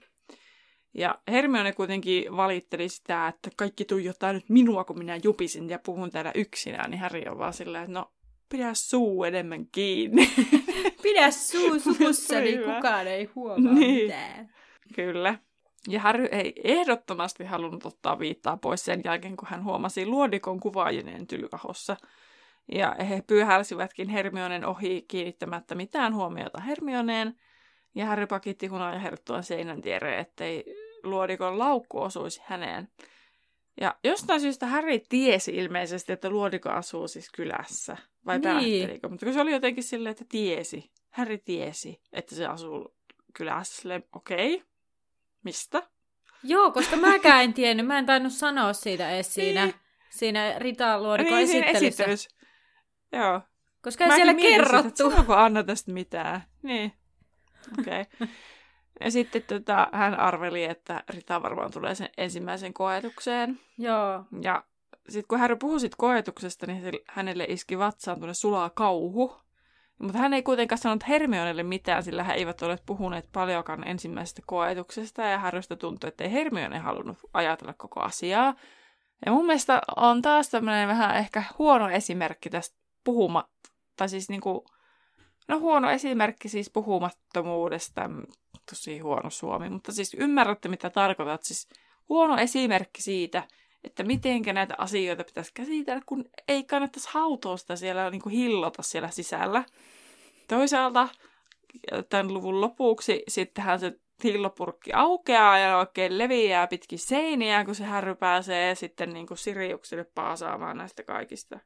Speaker 1: Ja Hermione kuitenkin valitteli sitä, että kaikki tuijottaa nyt minua, kun minä jupisin ja puhun täällä yksinään. Niin Harry on vaan silleen, että no, pidä suu enemmän kiinni.
Speaker 2: Pidä suu suussa, niin kukaan ei huomaa niin. mitään.
Speaker 1: Kyllä. Ja Harry ei ehdottomasti halunnut ottaa viittaa pois sen jälkeen, kun hän huomasi luodikon kuvaajineen Tylyahossa. Ja he pyyhälsivätkin Hermionen ohi kiinnittämättä mitään huomiota Hermioneen. Ja Harry pakitti hunajaherttuan seinän tiereen, ettei luodikon laukku osuisi häneen. Ja jostain syystä Harry tiesi ilmeisesti, että luodiko asuu siis kylässä. Vai
Speaker 2: niin.
Speaker 1: päättelikö? Mutta kun se oli jotenkin silleen, että tiesi. Harry tiesi, että se asuu kylässä. Okei. Okay. Mistä?
Speaker 2: Joo, koska mäkään en tiennyt. Mä en tainnut sanoa siitä edes siinä, niin. siinä Rita Luodikon niin, esittelyssä. esittelyssä.
Speaker 1: Joo.
Speaker 2: Koska ei Mäkin siellä kerrottu.
Speaker 1: Sitä, että sanoiko Anna tästä mitään? Niin. Okei. Okay. Ja sitten tota, hän arveli, että Rita varmaan tulee sen ensimmäisen koetukseen.
Speaker 2: Joo.
Speaker 1: Ja sitten kun Harry puhui siitä koetuksesta, niin hänelle iski vatsaan tuonne sulaa kauhu. Mutta hän ei kuitenkaan sanonut Hermionelle mitään, sillä he eivät ole puhuneet paljonkaan ensimmäisestä koetuksesta, ja Harrysta tuntui, että ei Hermione halunnut ajatella koko asiaa. Ja mun mielestä on taas tämmöinen vähän ehkä huono esimerkki tästä puhuma... Tai siis niinku... No huono esimerkki siis puhumattomuudesta. Tosi huono suomi, mutta siis ymmärrätte mitä tarkoitat. Siis huono esimerkki siitä, että mitenkä näitä asioita pitäisi käsitellä, kun ei kannattaisi hautousta siellä niin kuin hillota siellä sisällä. Toisaalta tämän luvun lopuksi sittenhän se hillopurkki aukeaa ja oikein leviää pitkin seiniä, kun se Harry pääsee sitten niin kuin Siriukselle paasaamaan näistä kaikista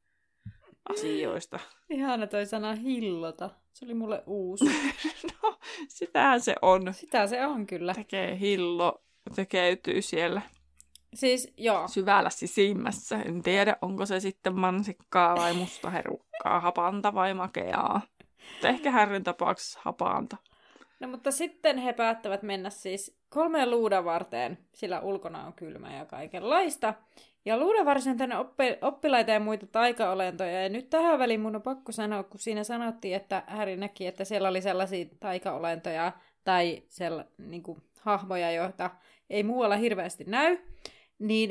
Speaker 1: asioista.
Speaker 2: Ihana toi sana hillota. Se oli mulle uusi.
Speaker 1: No, sitähän se on.
Speaker 2: Sitä se on kyllä.
Speaker 1: Tekee hillo, tekeytyy siellä.
Speaker 2: Siis, joo.
Speaker 1: Syvällä sisimmässä. En tiedä, onko se sitten mansikkaa vai mustaherukkaa, hapanta vai makeaa. Mutta ehkä Harryn tapauksessa hapanta.
Speaker 2: No mutta sitten he päättävät mennä siis kolmeen luudan varteen, sillä ulkona on kylmä ja kaikenlaista. Ja luudan varsin on tänne oppi- oppilaita ja muita taikaolentoja. Ja nyt tähän väliin mun on pakko sanoa, kun siinä sanottiin, että Harry näki, että siellä oli sellaisia taikaolentoja tai sella, niin kuin, hahmoja, joita ei muualla hirveästi näy. Niin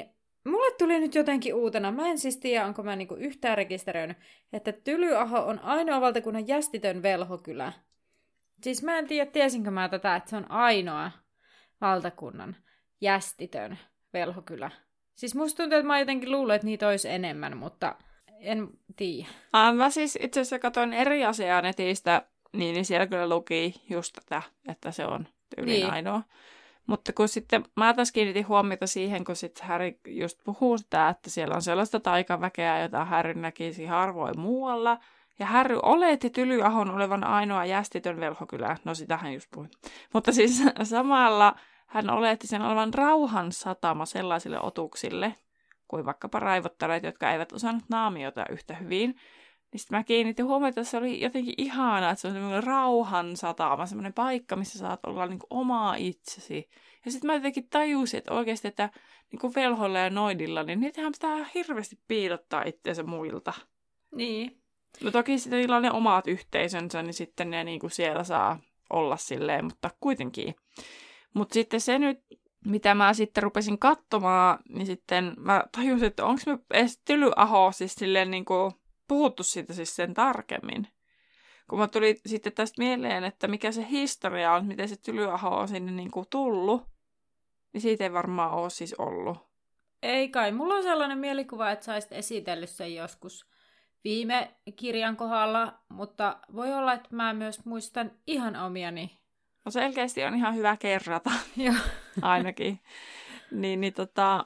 Speaker 2: mulle tuli nyt jotenkin uutena, mä en siis tiedä, onko mä niinku yhtään rekisteröinyt, että Tylyaho on ainoa valtakunnan jästitön velhokylä. Siis mä en tiedä, tiesinkö mä tätä, että se on ainoa valtakunnan jästitön velhokylä. Siis musta tuntuu, että mä jotenkin luulen, että niitä olisi enemmän, mutta en tiedä.
Speaker 1: Ah, mä siis itse asiassa katsoin eri asiaa netistä, niin, niin siellä kyllä luki just tätä, että se on tyyliin niin. ainoa. Mutta kun sitten mä taas kiinnitin huomiota siihen, kun sitten Harry just puhuu sitä, että siellä on sellaista taikaväkeä, jota Harry näkisi harvoin muualla. Ja Harry oletti Tylyahon olevan ainoa jästitön velhokylä. No sitähän just puhuin. Mutta siis samalla hän oletti sen olevan rauhan satama sellaisille otuksille, kuin vaikkapa raivottareet, jotka eivät osannut naamiota yhtä hyvin. Niin sitten mä kiinnitin huomiota, että se oli jotenkin ihanaa, että se on semmoinen rauhan satama, semmoinen paikka, missä saat olla niin kuin omaa itsesi. Ja sitten mä jotenkin tajusin, että oikeasti, että niin kuin velhoilla ja noidilla, niin niitähän pitää hirveästi piilottaa itseensä muilta.
Speaker 2: Niin.
Speaker 1: No toki sitten niillä on ne omat yhteisönsä, niin sitten ne niin kuin siellä saa olla silleen, mutta kuitenkin. Mutta sitten se nyt, mitä mä sitten rupesin katsomaan, niin sitten mä tajusin, että onko me edes Tylyaho siis silleen niin kuin puhuttu siitä siis sen tarkemmin. Kun mä tuli sitten tästä mieleen, että mikä se historia on, miten se Tylyaho on sinne niin kuin tullut, niin siitä ei varmaan ole siis ollut.
Speaker 2: Ei kai. Mulla on sellainen mielikuva, että sä olisit esitellyt sen joskus viime kirjan kohdalla, mutta voi olla, että mä myös muistan ihan omiani.
Speaker 1: No selkeästi on ihan hyvä kerrata.
Speaker 2: Joo.
Speaker 1: Ainakin. niin, niin tota,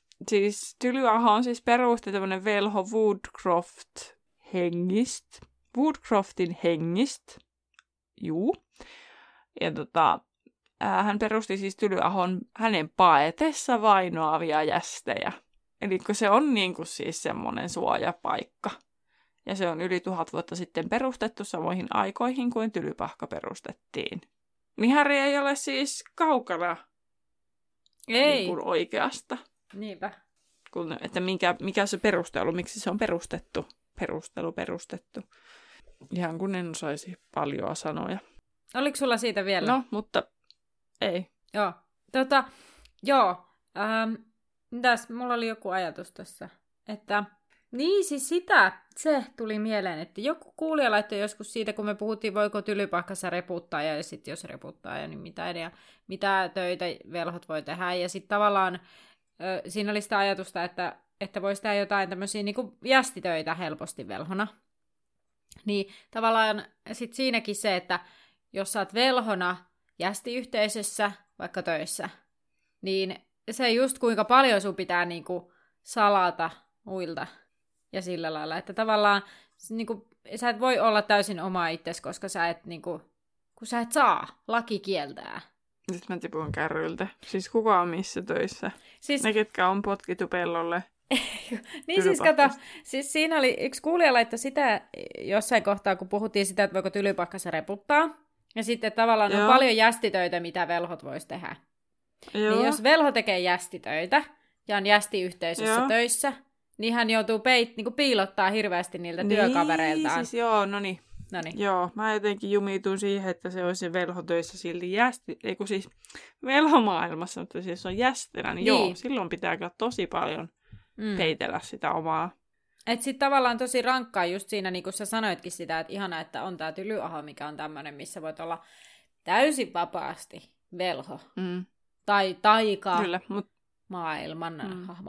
Speaker 1: siis Tylyaho on siis perusti tämmönen velho Woodcroft hengist. Woodcroftin hengist. Juu. Ja tota, ää, hän perusti siis Tylyahon hänen paetessa vainoavia jästejä. Eli se on niinku siis semmoinen suojapaikka. Ja se on yli tuhat vuotta sitten perustettu samoihin aikoihin kuin Tylypahka perustettiin. Niin Harry ei ole siis kaukana
Speaker 2: ei.
Speaker 1: Niin kuin oikeasta.
Speaker 2: Niinpä.
Speaker 1: Kun, että mikä, mikä se perustelu, miksi se on perustettu. Perustelu perustettu. Ihan kun en osaisi paljon sanoja.
Speaker 2: Oliko sulla siitä vielä?
Speaker 1: No, mutta ei.
Speaker 2: Joo. Tota, joo. Ähm, mitäs, mulla oli joku ajatus tässä. Että, niin siis sitä, se tuli mieleen, että joku kuulija laittoi joskus siitä, kun me puhuttiin, voiko Tylypahkassa reputtaa, ja sitten jos reputtaa, ja niin mitä, ja mitä töitä velhot voi tehdä. Ja sitten tavallaan ö, siinä oli sitä ajatusta, että, että voisi tehdä jotain tämmöisiä niin kuin jästitöitä helposti velhona. Niin tavallaan sitten siinäkin se, että jos sä oot velhona jästiyhteisössä, vaikka töissä, niin se just kuinka paljon sun pitää niinku salata muilta ja sillä lailla, että tavallaan niinku, sä et voi olla täysin oma itsesi, koska sä et, niinku, kun sä et saa, laki kieltää.
Speaker 1: Nyt mä tipuin kärryiltä. Siis kuka on missä töissä? Siis... Ne, ketkä on potkittu pellolle.
Speaker 2: niin siis kato, siis siinä oli yksi kuulija laittoi sitä jossain kohtaa, kun puhuttiin sitä, että voiko Tylypahkassa reputtaa. Ja sitten tavallaan Joo. on paljon jästitöitä, mitä velhot vois tehdä. Joo. Niin jos velho tekee jästitöitä ja on jästiyhteisössä Joo. töissä, niin hän joutuu peit, niin kuin piilottaa hirveästi niiltä niin, työkavereiltaan.
Speaker 1: Siis joo, no niin.
Speaker 2: Noniin.
Speaker 1: Joo, mä jotenkin jumitun siihen, että se olisi se velho töissä silti jästi, ei kun siis velhomaailmassa, mutta siis se on jästinä, niin, niin. joo, silloin pitää kyllä tosi paljon mm. peitellä sitä omaa.
Speaker 2: Että sitten tavallaan tosi rankkaa just siinä, niin kuin sä sanoitkin sitä, että ihana, että on tää Tylyaho, mikä on tämmöinen, missä voit olla täysin vapaasti velho. Mm. Tai taika
Speaker 1: Kyllä, mut...
Speaker 2: maailman mm. hahmo.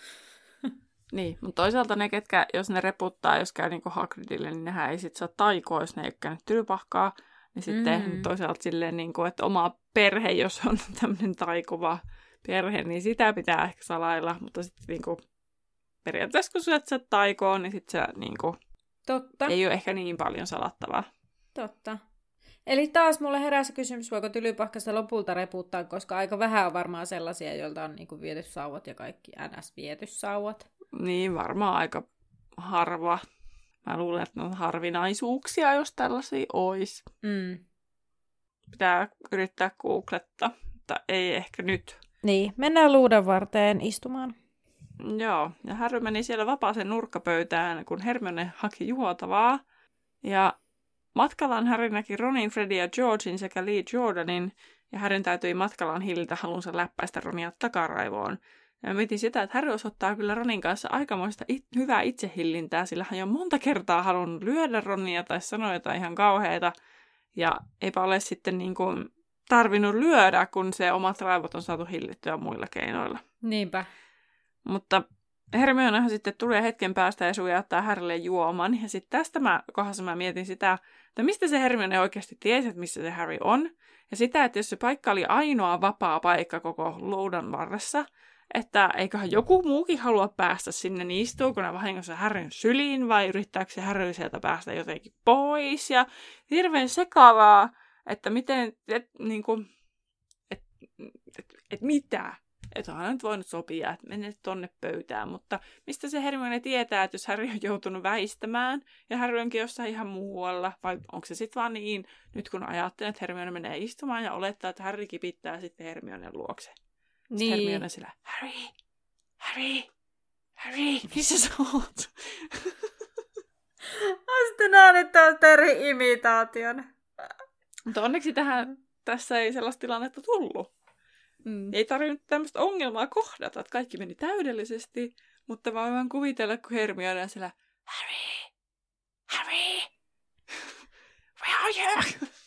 Speaker 1: Niin, mutta toisaalta ne, ketkä, jos ne reputtaa, jos käy niinku Hagridille, niin nehän ei sit saa taikoa, jos ne ei ole käynyt Tylypahkaa. Niin sitten mm. toisaalta silleen, niinku, että oma perhe, jos on tämmöinen taikuva perhe, niin sitä pitää ehkä salailla. Mutta sitten niinku, periaatteessa, kun sä et saa taikoa, niin sitten se niinku,
Speaker 2: Totta.
Speaker 1: ei ole ehkä niin paljon salattavaa.
Speaker 2: Totta. Eli taas mulle herää se kysymys, voiko Tylypahkassa lopulta reputtaa, koska aika vähän on varmaan sellaisia, joilta on niinku viety sauvat ja kaikki N S-viety sauvat.
Speaker 1: Niin, varmaan aika harva. Mä luulen, että ne on harvinaisuuksia, jos tällaisia olisi.
Speaker 2: Mm.
Speaker 1: Pitää yrittää googlettaa, mutta ei ehkä nyt.
Speaker 2: Niin, mennään luuden varteen istumaan.
Speaker 1: Joo, ja Harry meni siellä vapaaseen nurkkapöytään, kun Hermione haki juotavaa. Ja matkallaan Harry näki Ronin, Fredin ja Georgin sekä Lee Jordanin, ja Harryn täytyi matkallaan hillitä halunsa läppäistä Ronia takaraivoon. Ja mietin sitä, että Harry osoittaa kyllä Ronin kanssa aikamoista it- hyvää itsehillintää, sillä hän on monta kertaa halunnut lyödä Ronia tai sanoa jotain ihan kauheita. Ja eipä ole sitten niin kuin tarvinnut lyödä, kun se omat raivot on saatu hillittyä muilla keinoilla.
Speaker 2: Niinpä.
Speaker 1: Mutta Hermionehan sitten tulee hetken päästä ja sujauttaa Harrylle juoman. Ja sitten tästä mä, kohdassa mä mietin sitä, että mistä se Hermione oikeasti tiesi, että missä se Harry on. Ja sitä, että jos se paikka oli ainoa vapaa paikka koko loudan varressa, että eiköhän joku muukin halua päästä sinne, niin istuuko ne vahingossa Harryn syliin vai yrittääkö se Harry sieltä päästä jotenkin pois. Ja hirveän sekavaa, että miten, et, niin kuin, et, et, et mitä. Että onhan nyt voinut sopia, että mene tonne pöytään, mutta mistä se Hermione tietää, että jos Harry on joutunut väistämään ja Harry onkin jossain ihan muualla, vai onko se sitten vaan niin, nyt kun ajattelee, että Hermione menee istumaan ja olettaa, että Harry kipittää sitten Hermionen luokse. Sitten
Speaker 2: Niin.
Speaker 1: Hermione sillä, Harry, Harry, Harry, missä sä oot?
Speaker 2: Mä sitten näen, että on Terry-imitaation.
Speaker 1: Mutta onneksi tähän, tässä ei sellaista tilannetta tullut.
Speaker 2: Mm.
Speaker 1: Ei tarvinnut tämmöistä ongelmaa kohdata, että kaikki meni täydellisesti, mutta mä voin kuvitella, kun Hermione on siellä, Harry, Harry, where are you?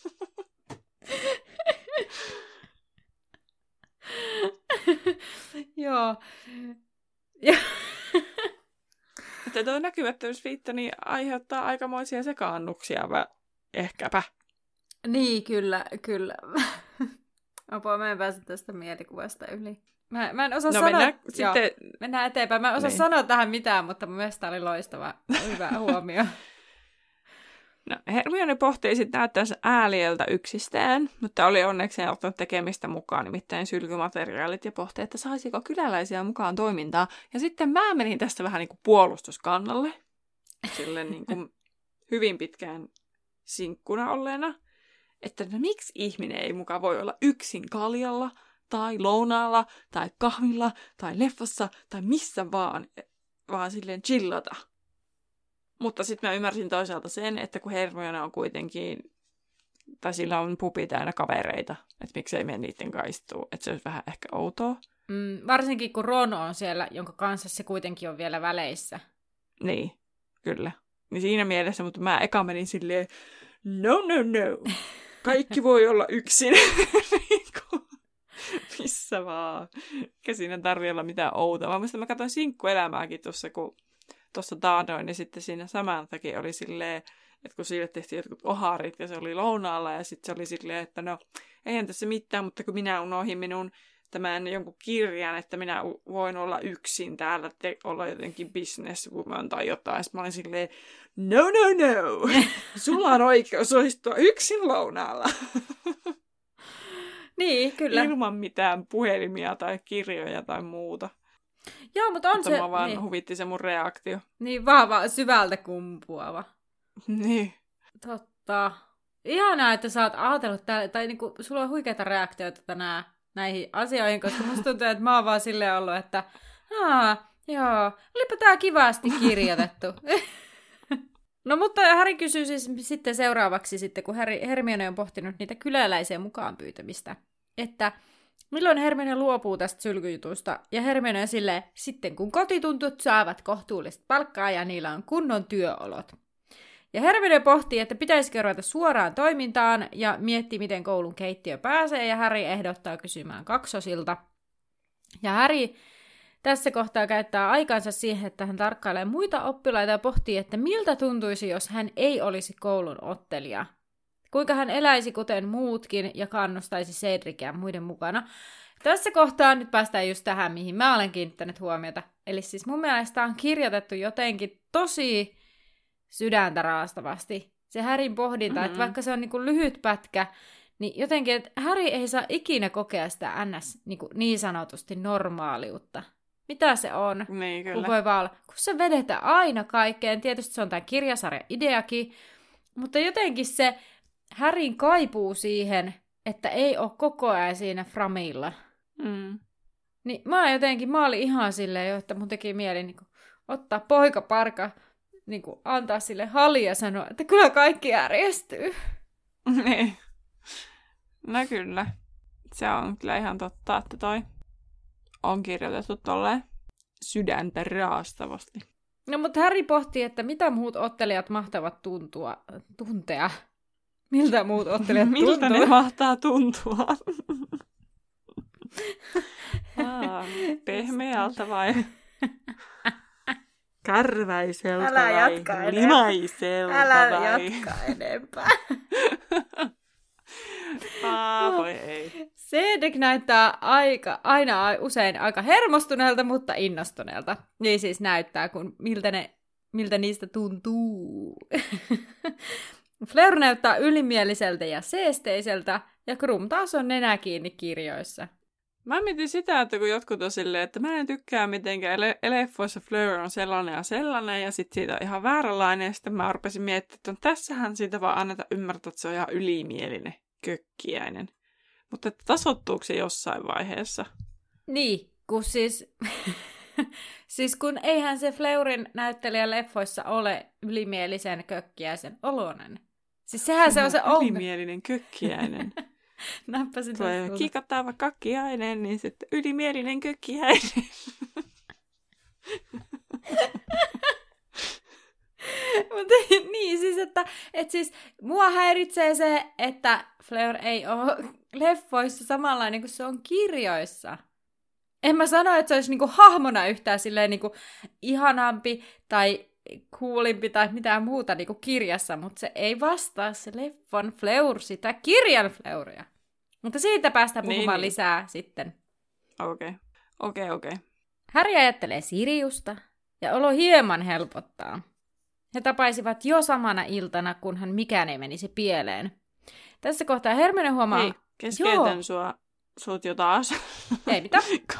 Speaker 2: Joo. Ja.
Speaker 1: Että tuo näkymättömyysviitta niin aiheuttaa aikamoisia sekaannuksia, vai ehkäpä.
Speaker 2: Niin, kyllä, kyllä. Apua, mä en pääse tästä mielikuvasta yli. Mä, mä en osaa
Speaker 1: No
Speaker 2: sanoa...
Speaker 1: mennään
Speaker 2: Joo,
Speaker 1: sitten...
Speaker 2: mennään eteenpäin. Mä en osaa
Speaker 1: niin.
Speaker 2: sanoa tähän mitään, mutta mun mielestä oli loistava, hyvä huomio.
Speaker 1: No, Hermione pohtii sitten näyttäensä ääliöltä yksistään, mutta oli onneksi ottanut tekemistä mukaan, nimittäin sylkymateriaalit ja pohti, että saisiko kyläläisiä mukaan toimintaa. Ja sitten mä menin tästä vähän niin kuin puolustuskannalle, silleen niin kuin hyvin pitkään sinkkuna olleena, että no, miksi ihminen ei mukaan voi olla yksin kaljalla, tai lounaalla, tai kahvilla, tai leffassa, tai missä vaan, vaan silleen chillata. Mutta sitten mä ymmärsin toisaalta sen, että kun Hermione on kuitenkin, tai sillä on pupi täynnä kavereita, että miksei mene niiden kanssa istua, että se olisi vähän ehkä outoa.
Speaker 2: Mm, varsinkin kun Ron on siellä, jonka kanssa se kuitenkin on vielä väleissä.
Speaker 1: Niin, kyllä. Niin siinä mielessä, mutta mä eka menin silleen, no, no, no, kaikki voi olla yksin. Missä vaan. Eikä siinä tarvitse olla mitään outoa. Mä muistan, mä katsoin sinkkuelämääkin tuossa, kun tuossa taannoin, niin sitten siinä Samanthakin oli silleen, että kun sille tehtiin jotkut oharit ja se oli lounaalla ja sitten se oli silleen, että no, eihän tässä mitään, mutta kun minä unohdin minun tämän jonkun kirjan, että minä voin olla yksin täällä, te- olla jotenkin businesswoman tai jotain. Sitten mä olin silleen, no, no, no, sulla on oikeus istua yksin lounaalla.
Speaker 2: Niin, kyllä.
Speaker 1: Ilman mitään puhelimia tai kirjoja tai muuta.
Speaker 2: Joo, mutta on
Speaker 1: mutta
Speaker 2: se...
Speaker 1: mä vaan
Speaker 2: niin.
Speaker 1: huvitti se mun reaktio.
Speaker 2: Niin, vahva, syvältä kumpuava.
Speaker 1: Niin.
Speaker 2: Totta. Ihanaa, että sä oot ajatellut täällä, tai niinku, sulla on huikeita reaktioita tänään näihin asioihin, koska musta tuntuu, että mä oon vaan silleen ollut, että aa, joo, olipa tää kivasti kirjoitettu. No mutta Harry kysyy siis sitten seuraavaksi, sitten, kun Harry, Hermione on pohtinut niitä kyläläisiä mukaan pyytämistä, että milloin Hermione luopuu tästä sylkyjutusta, ja Hermione on silleen, sitten kun kotituntut saavat kohtuullista palkkaa ja niillä on kunnon työolot. Ja Hermione pohtii, että pitäisikö ruveta suoraan toimintaan ja miettii, miten koulun keittiö pääsee, ja Harry ehdottaa kysymään kaksosilta. Ja Harry tässä kohtaa käyttää aikansa siihen, että hän tarkkailee muita oppilaita ja pohtii, että miltä tuntuisi, jos hän ei olisi koulun ottelija. Kuinka hän eläisi kuten muutkin ja kannustaisi Cedricia muiden mukana. Tässä kohtaa nyt päästään just tähän, mihin mä olen kiinnittänyt huomiota. Eli siis mun mielestä on kirjoitettu jotenkin tosi sydäntä raastavasti. Se Harryn pohdinta, mm-hmm. että vaikka se on niinku lyhyt pätkä, niin jotenkin, että Harry ei saa ikinä kokea sitä ns. Niinku niin sanotusti normaaliutta. Mitä se on?
Speaker 1: Niin, kyllä.
Speaker 2: Kun voi vaan olla, kun se vedetään aina kaikkeen. Tietysti se on tämän kirjasarjan ideakin, mutta jotenkin se Harryn kaipuu siihen, että ei ole koko ajan siinä framilla.
Speaker 1: Mm.
Speaker 2: Niin mä jotenkin, mä olin ihan silleen jo, että mun teki mieli niin kuin, ottaa poikaparka, niin kuin, antaa sille halli ja sanoa, että kyllä kaikki järjestyy.
Speaker 1: Niin. No kyllä. Se on kyllä ihan totta, että toi on kirjoitettu tolleen sydäntä raastavasti.
Speaker 2: No, mutta Harry pohtii, että mitä muut ottelijat mahtavat tuntua, tuntea. Miltä muut ottelijat tuntuu?
Speaker 1: Miltä ne mahtaa tuntua? Aa, pehmeältä vai? Kärväiseltä
Speaker 2: Älä
Speaker 1: vai?
Speaker 2: jatka
Speaker 1: Limaiselta
Speaker 2: Älä
Speaker 1: vai?
Speaker 2: jatka enempää.
Speaker 1: Aa, voi ei.
Speaker 2: Cedric näyttää aika, aina usein aika hermostuneelta, mutta innostuneelta. Niin siis näyttää, kun miltä, ne, miltä niistä tuntuu. Fleur näyttää ylimieliseltä ja seesteiseltä, ja Krum taas on nenä kiinni kirjoissa.
Speaker 1: Mä mietin sitä, että kun jotkut on silleen, että mä en tykkää mitenkään ele- leffoissa Fleur on sellainen ja sellainen, ja sit siitä on ihan vääränlainen, ja sitten mä rupesin miettimään, että tässähän siitä vaan anneta ymmärtää, että se on ihan ylimielinen, kökkiäinen. Mutta että tasottuuko se jossain vaiheessa?
Speaker 2: Niin, kun siis... siis kun eihän se Fleurin näyttelijä leffoissa ole ylimielisen kökkiäisen oloinen. Siis sehän se on se ongelma.
Speaker 1: Ylimielinen kökkiäinen.
Speaker 2: Nappasin
Speaker 1: tulee kikattaa vaikka kakkiainen, niin sitten ylimielinen kökkiäinen.
Speaker 2: Mutta niin, siis että, että siis mua häiritsee se, että Fleur ei ole leffoissa samanlainen kuin se on kirjoissa. En mä sano, että se olisi niinku hahmona yhtään silleen niinku ihanampi tai coolimpi tai mitään muuta niinku kirjassa, mutta se ei vastaa se leffon Fleur sitä kirjan Fleuria. Mutta siitä päästään puhumaan niin, lisää niin. sitten.
Speaker 1: Okei, okay. okei, okay, okei. Okay.
Speaker 2: Harry ajattelee Siriusta ja olo hieman helpottaa. He tapaisivat jo samana iltana, kunhan mikään ei menisi pieleen. Tässä kohtaa Hermione huomaa...
Speaker 1: Hei, keskeytän sua, sut jo taas.
Speaker 2: Ei mitään.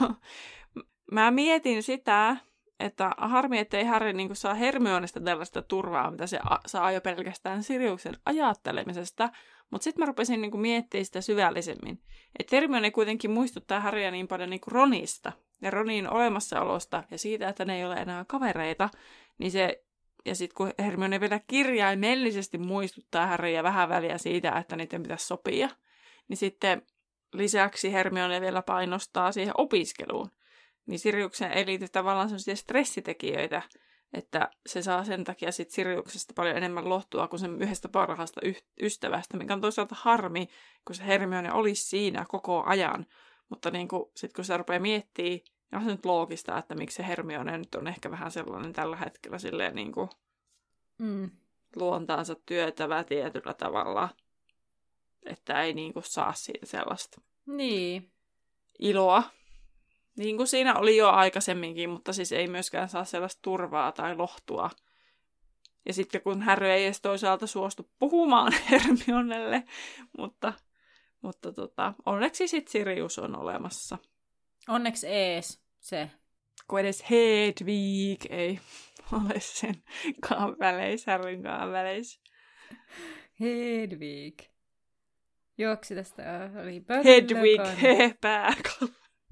Speaker 1: Mä mietin sitä, että harmi, ettei Harry niin saa Hermionesta tällaista turvaa, mitä se a- saa jo pelkästään Siriuksen ajattelemisesta. Mutta sitten mä rupesin niin miettimään sitä syvällisemmin. Että Hermione kuitenkin muistuttaa Harrya niin paljon niin Ronista ja Ronin olemassaolosta ja siitä, että ne ei ole enää kavereita. Niin se, ja sitten kun Hermione vielä kirjaimellisesti muistuttaa Harryä vähän väliä siitä, että niiden pitäisi sopia, niin sitten lisäksi Hermione vielä painostaa siihen opiskeluun. Niin Siriukseen ei liity tavallaan sellaisia stressitekijöitä, että se saa sen takia sit Siriuksesta paljon enemmän lohtua kuin sen yhdestä parhaasta y- ystävästä, mikä on toisaalta harmi, kun se Hermione olisi siinä koko ajan. Mutta niin sitten kun sitä rupeaa miettimään, niin on se nyt loogista, että miksi se Hermione nyt on ehkä vähän sellainen tällä hetkellä silleen niin kuin
Speaker 2: mm.
Speaker 1: luontaansa työtävä tietyllä tavalla, että ei niin kuin saa siitä sellaista
Speaker 2: niin.
Speaker 1: iloa. Niin kuin siinä oli jo aikaisemminkin, mutta siis ei myöskään saa sellaista turvaa tai lohtua. Ja sitten kun Harry ei edes toisaalta suostu puhumaan Hermionelle, mutta, mutta tota, onneksi sitten Sirius on olemassa.
Speaker 2: Onneksi ees se.
Speaker 1: Kun edes Hedwig ei ole sen kaan väleissä, Harryn kaan väleissä.
Speaker 2: Hedwig. Juoksi tästä oli
Speaker 1: Hedwig, he pääkallo.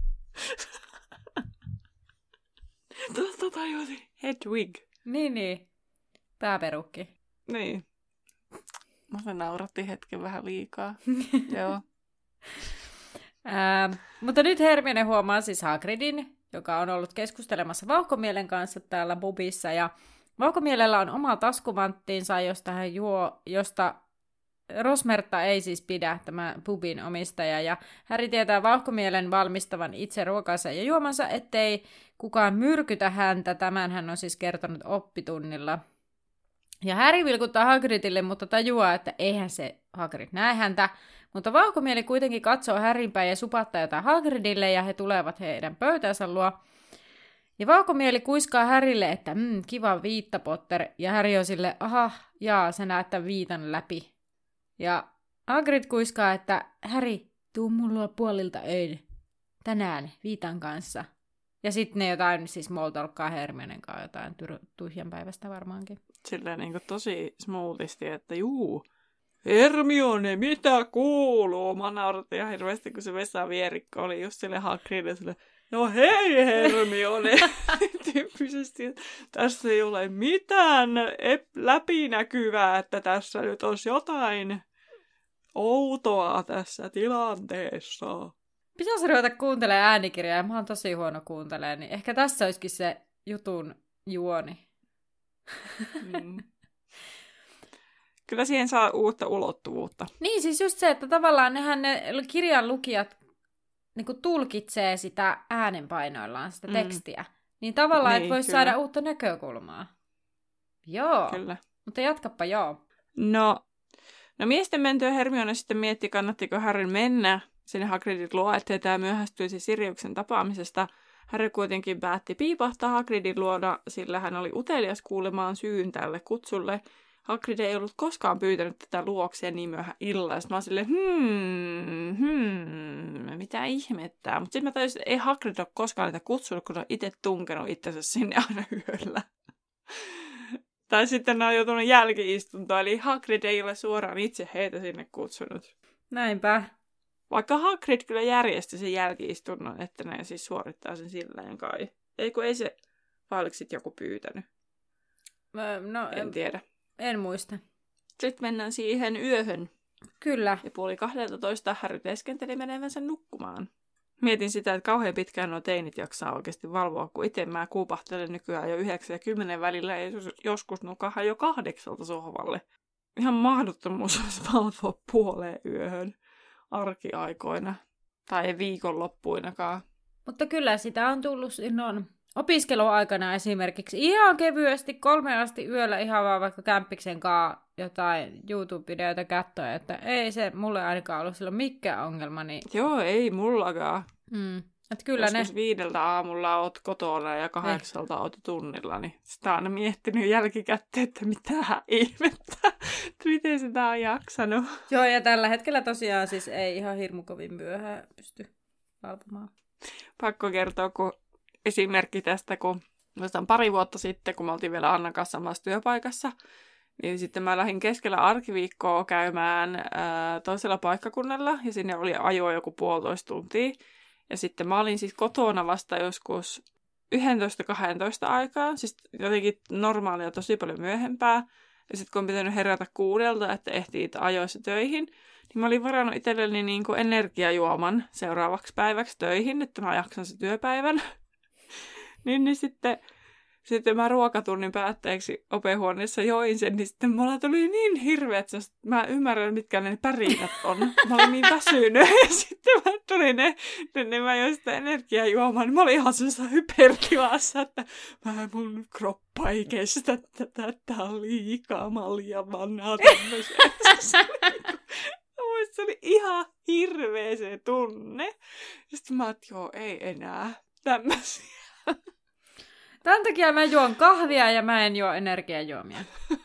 Speaker 1: Tuosta tajusin. Hedwig.
Speaker 2: Niin, niin. Pääperukki.
Speaker 1: Niin. Mä se nauratti hetken vähän liikaa. Joo.
Speaker 2: Ää, mutta nyt Hermione huomaa siis Hagridin, joka on ollut keskustelemassa Vauhkomielen kanssa täällä pubissa. Ja Vauhkomielellä on oma taskuvanttinsa, josta hän juo, josta Rosmerta ei siis pidä, tämä pubin omistaja, ja Harry tietää Vauhkomielen valmistavan itse ruokansa ja juomansa, ettei kukaan myrkytä häntä. Tämän hän on siis kertonut oppitunnilla. Ja Harry vilkuttaa Hagridille, mutta tajuaa, että eihän se Hagrid näe häntä. Mutta Vauhkomieli kuitenkin katsoo Harryn päin ja supattaa jotain Hagridille, ja he tulevat heidän pöytänsä luo. Ja Vauhkomieli kuiskaa Harrylle, että mmm, kiva viitta, Potter, ja Harry on sille, aha, jaa, sä näet tämän viitan läpi. Ja Hagrid kuiskaa, että Harry, tuu mulla puolilta öin tänään viitan kanssa. Ja sitten ne jotain, siis Moltolkkaa Hermionen kanssa jotain tyhjän päivästä varmaankin.
Speaker 1: Silleen niin kuin tosi smoothisti, että juu, Hermione, mitä kuuluu? Mä naurattiin ihan hirveästi, kun se Vesa-vierikko oli just sille Hagridille sille, no hei Hermione, tyyppisesti, että tässä ei ole mitään läpinäkyvää, että tässä nyt olisi jotain outoa tässä tilanteessa.
Speaker 2: Pitäisi ruveta kuuntelemaan äänikirjaa, ja mä oon tosi huono kuuntelemaan, niin ehkä tässä olisikin se jutun juoni.
Speaker 1: Mm. Kyllä siihen saa uutta ulottuvuutta.
Speaker 2: Niin, siis just se, että tavallaan nehän ne kirjan lukijat niin kuin tulkitsee sitä äänenpainoillaan, sitä
Speaker 1: Mm.
Speaker 2: tekstiä. Niin tavallaan,
Speaker 1: Niin,
Speaker 2: että voisi
Speaker 1: kyllä.
Speaker 2: saada uutta näkökulmaa. Joo,
Speaker 1: Kyllä.
Speaker 2: mutta jatkappa joo.
Speaker 1: No, no miesten mentyä Hermione sitten mietti, kannattiko Harryn mennä sinne Hagridin luo, ettei tämä myöhästyisi Siriuksen tapaamisesta. Harry kuitenkin päätti piipahtaa Hagridin luona, sillä hän oli utelias kuulemaan syyn tälle kutsulle. Hagrid ei ollut koskaan pyytänyt tätä luokseen niin myöhään illalla. Sitten mä oon silleen, hmm, hmm, mitä ihmettää. Mutta sitten mä tajusin, että ei Hagrid ole koskaan niitä kutsunut, kun on itse tunkenut itsensä sinne aina yöllä. Tai sitten ne on joutunut jälki-istuntoon, eli Hagrid ei ole suoraan itse heitä sinne kutsunut.
Speaker 2: Näinpä.
Speaker 1: Vaikka Hagrid kyllä järjesti sen jälki-istunnon, että ne siis suorittaa sen silleen kai. Ei kun ei se, vai oliko sit joku pyytänyt?
Speaker 2: Ö, No,
Speaker 1: En tiedä.
Speaker 2: en muista.
Speaker 1: Sitten mennään siihen yöhön.
Speaker 2: Kyllä.
Speaker 1: Ja puoli kahdeltatoista Harry teeskenteli menevänsä nukkumaan. Mietin sitä, että kauhean pitkään nuo teinit jaksaa oikeasti valvoa, kun itse mä kuupahtelen nykyään jo yhdeksän ja kymmenen välillä ja joskus nukahan jo kahdeksalta sohvalle. Ihan mahdottomuus olisi valvoa puoleen yöhön arkiaikoina. Tai ei viikonloppuinakaan.
Speaker 2: Mutta kyllä sitä on tullut silloin opiskeluaikana esimerkiksi ihan kevyesti kolme asti yöllä ihan vaan vaikka kämppiksen kaa jotain YouTube-videoita katsoa, että ei se mulle ainakaan ollut silloin mikään ongelma. Niin...
Speaker 1: Joo, ei mullakaan.
Speaker 2: Mm. Että kyllä
Speaker 1: Joskus
Speaker 2: ne...
Speaker 1: viideltä aamulla oot kotona ja kahdeksalta oot tunnilla, niin sitä on aina miettinyt jälkikäteen, että mitä ihmettä, että miten sitä on jaksanut.
Speaker 2: Joo, ja tällä hetkellä tosiaan siis ei ihan hirmu kovin myöhään pysty valvomaan.
Speaker 1: Pakko kertoa, kun esimerkki tästä, kun muistan pari vuotta sitten, kun me oltiin vielä Annan kanssa samassa työpaikassa, niin sitten mä lähdin keskellä arkiviikkoa käymään ää, toisella paikkakunnalla, ja sinne oli ajoa joku puolitoista tuntia. Ja sitten mä olin siis kotona vasta joskus yksitoista kaksitoista aikaa, siis jotenkin normaalia tosi paljon myöhempää. Ja sitten kun on pitänyt herätä kuudelta, että ehtii ajoissa töihin, niin mä olin varannut itselleni niin kuin energiajuoman seuraavaksi päiväksi töihin, että mä jaksan sen työpäivän. niin, niin sitten, sitten mä ruokatunnin päätteeksi opehuoneessa join sen, niin sitten mulla tuli niin hirveät, että mä ymmärrän, mitkä ne pärinät on. Mä olin niin väsynyt, ja sitten mä tuli ne, ne, ne mä join sitä energiajuomaa, niin mä olin ihan sellaisessa hypertilassa, että mä mun kroppa ei kestä tätä, tää on liikaa, mä oon liian vanhaa tämmöisessä. Se oli ihan hirveä se tunne. Ja sitten mä oot, joo, ei enää tämmöisiä.
Speaker 2: Tämän takia mä juon kahvia ja mä en juo energiajuomia.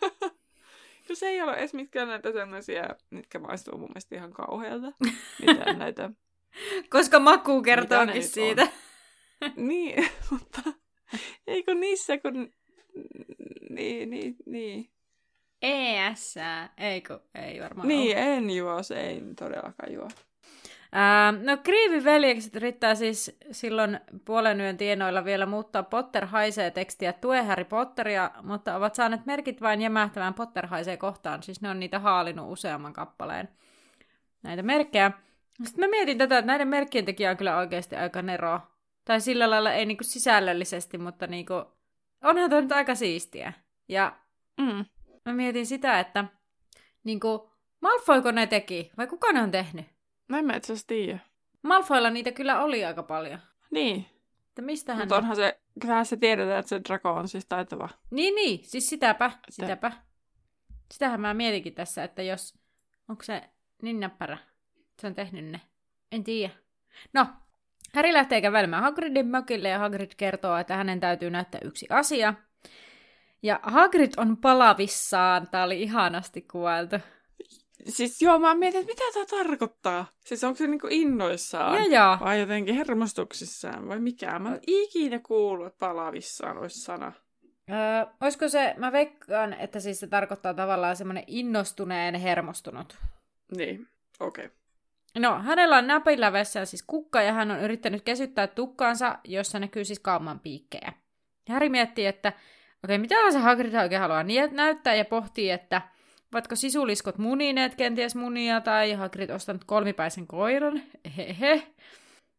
Speaker 1: No se ei ole edes mitkään näitä sellaisia, mitkä maistuu mun mielestä ihan kauhealta. Mitään näitä.
Speaker 2: Koska maku kertookin siitä.
Speaker 1: Niin, mutta eikö niissä kun... Niin, niin, niin.
Speaker 2: E S, eikö? Ei varmaan
Speaker 1: Niin,
Speaker 2: ole.
Speaker 1: en juo, se ei todellakaan juo.
Speaker 2: Ää, no Kriivin veljekset yrittää siis silloin puolen yön tienoilla vielä muuttaa Potter haisee tekstiä tue Harry Potteria, mutta ovat saaneet merkit vain jämähtävään Potter haisee kohtaan. Siis ne on niitä haalinut useamman kappaleen näitä merkkejä. Sitten mä mietin tätä, että näiden merkkien tekijä on kyllä oikeasti aika nero. Tai sillä lailla ei niinku sisällöllisesti, mutta niinku, onhan tämä nyt aika siistiä. Ja
Speaker 1: Mm.
Speaker 2: mä mietin sitä, että niinku, Malfoyko ne teki, vai kuka ne on tehnyt?
Speaker 1: Mä en mä itse asiassa tiedä.
Speaker 2: Malfoilla niitä kyllä oli aika paljon.
Speaker 1: Niin.
Speaker 2: Että mistähän...
Speaker 1: Mutta onhan se, kyllähän se tiedetään, että se Draco on siis taitava.
Speaker 2: Niin, niin. Siis sitäpä, sitäpä. Sitähän mä mietinkin tässä, että jos... Onko se niin näppärä, se on tehnyt ne? En tiedä. No, Harry lähtee kävelemään Hagridin mökille ja Hagrid kertoo, että hänen täytyy näyttää yksi asia. Ja Hagrid on palavissaan. Tää oli ihanasti kuvailtu.
Speaker 1: Siis joo, mä mietin, että mitä tää tarkoittaa. Siis onko se niinku innoissaan?
Speaker 2: Ja joo.
Speaker 1: Vai jotenkin hermostuksissaan? Vai mikä? Mä en ikinä kuullut, että palavissaan olisi sana.
Speaker 2: Öö, olisiko se, mä veikkaan, että siis se tarkoittaa tavallaan semmoinen innostuneen hermostunut.
Speaker 1: Niin, okei. Okay.
Speaker 2: No, hänellä on näpillävessä siis kukka ja hän on yrittänyt kesyttää tukkaansa, jossa näkyy siis kaumman piikkejä. Ja Harry miettii, että okei, okay, mitä se Hagrid oikein haluaa niin näyttää ja pohtii, että ovatko sisuliskot munineet kenties munia tai Hagrid ostanut kolmipäisen koiran, hehe.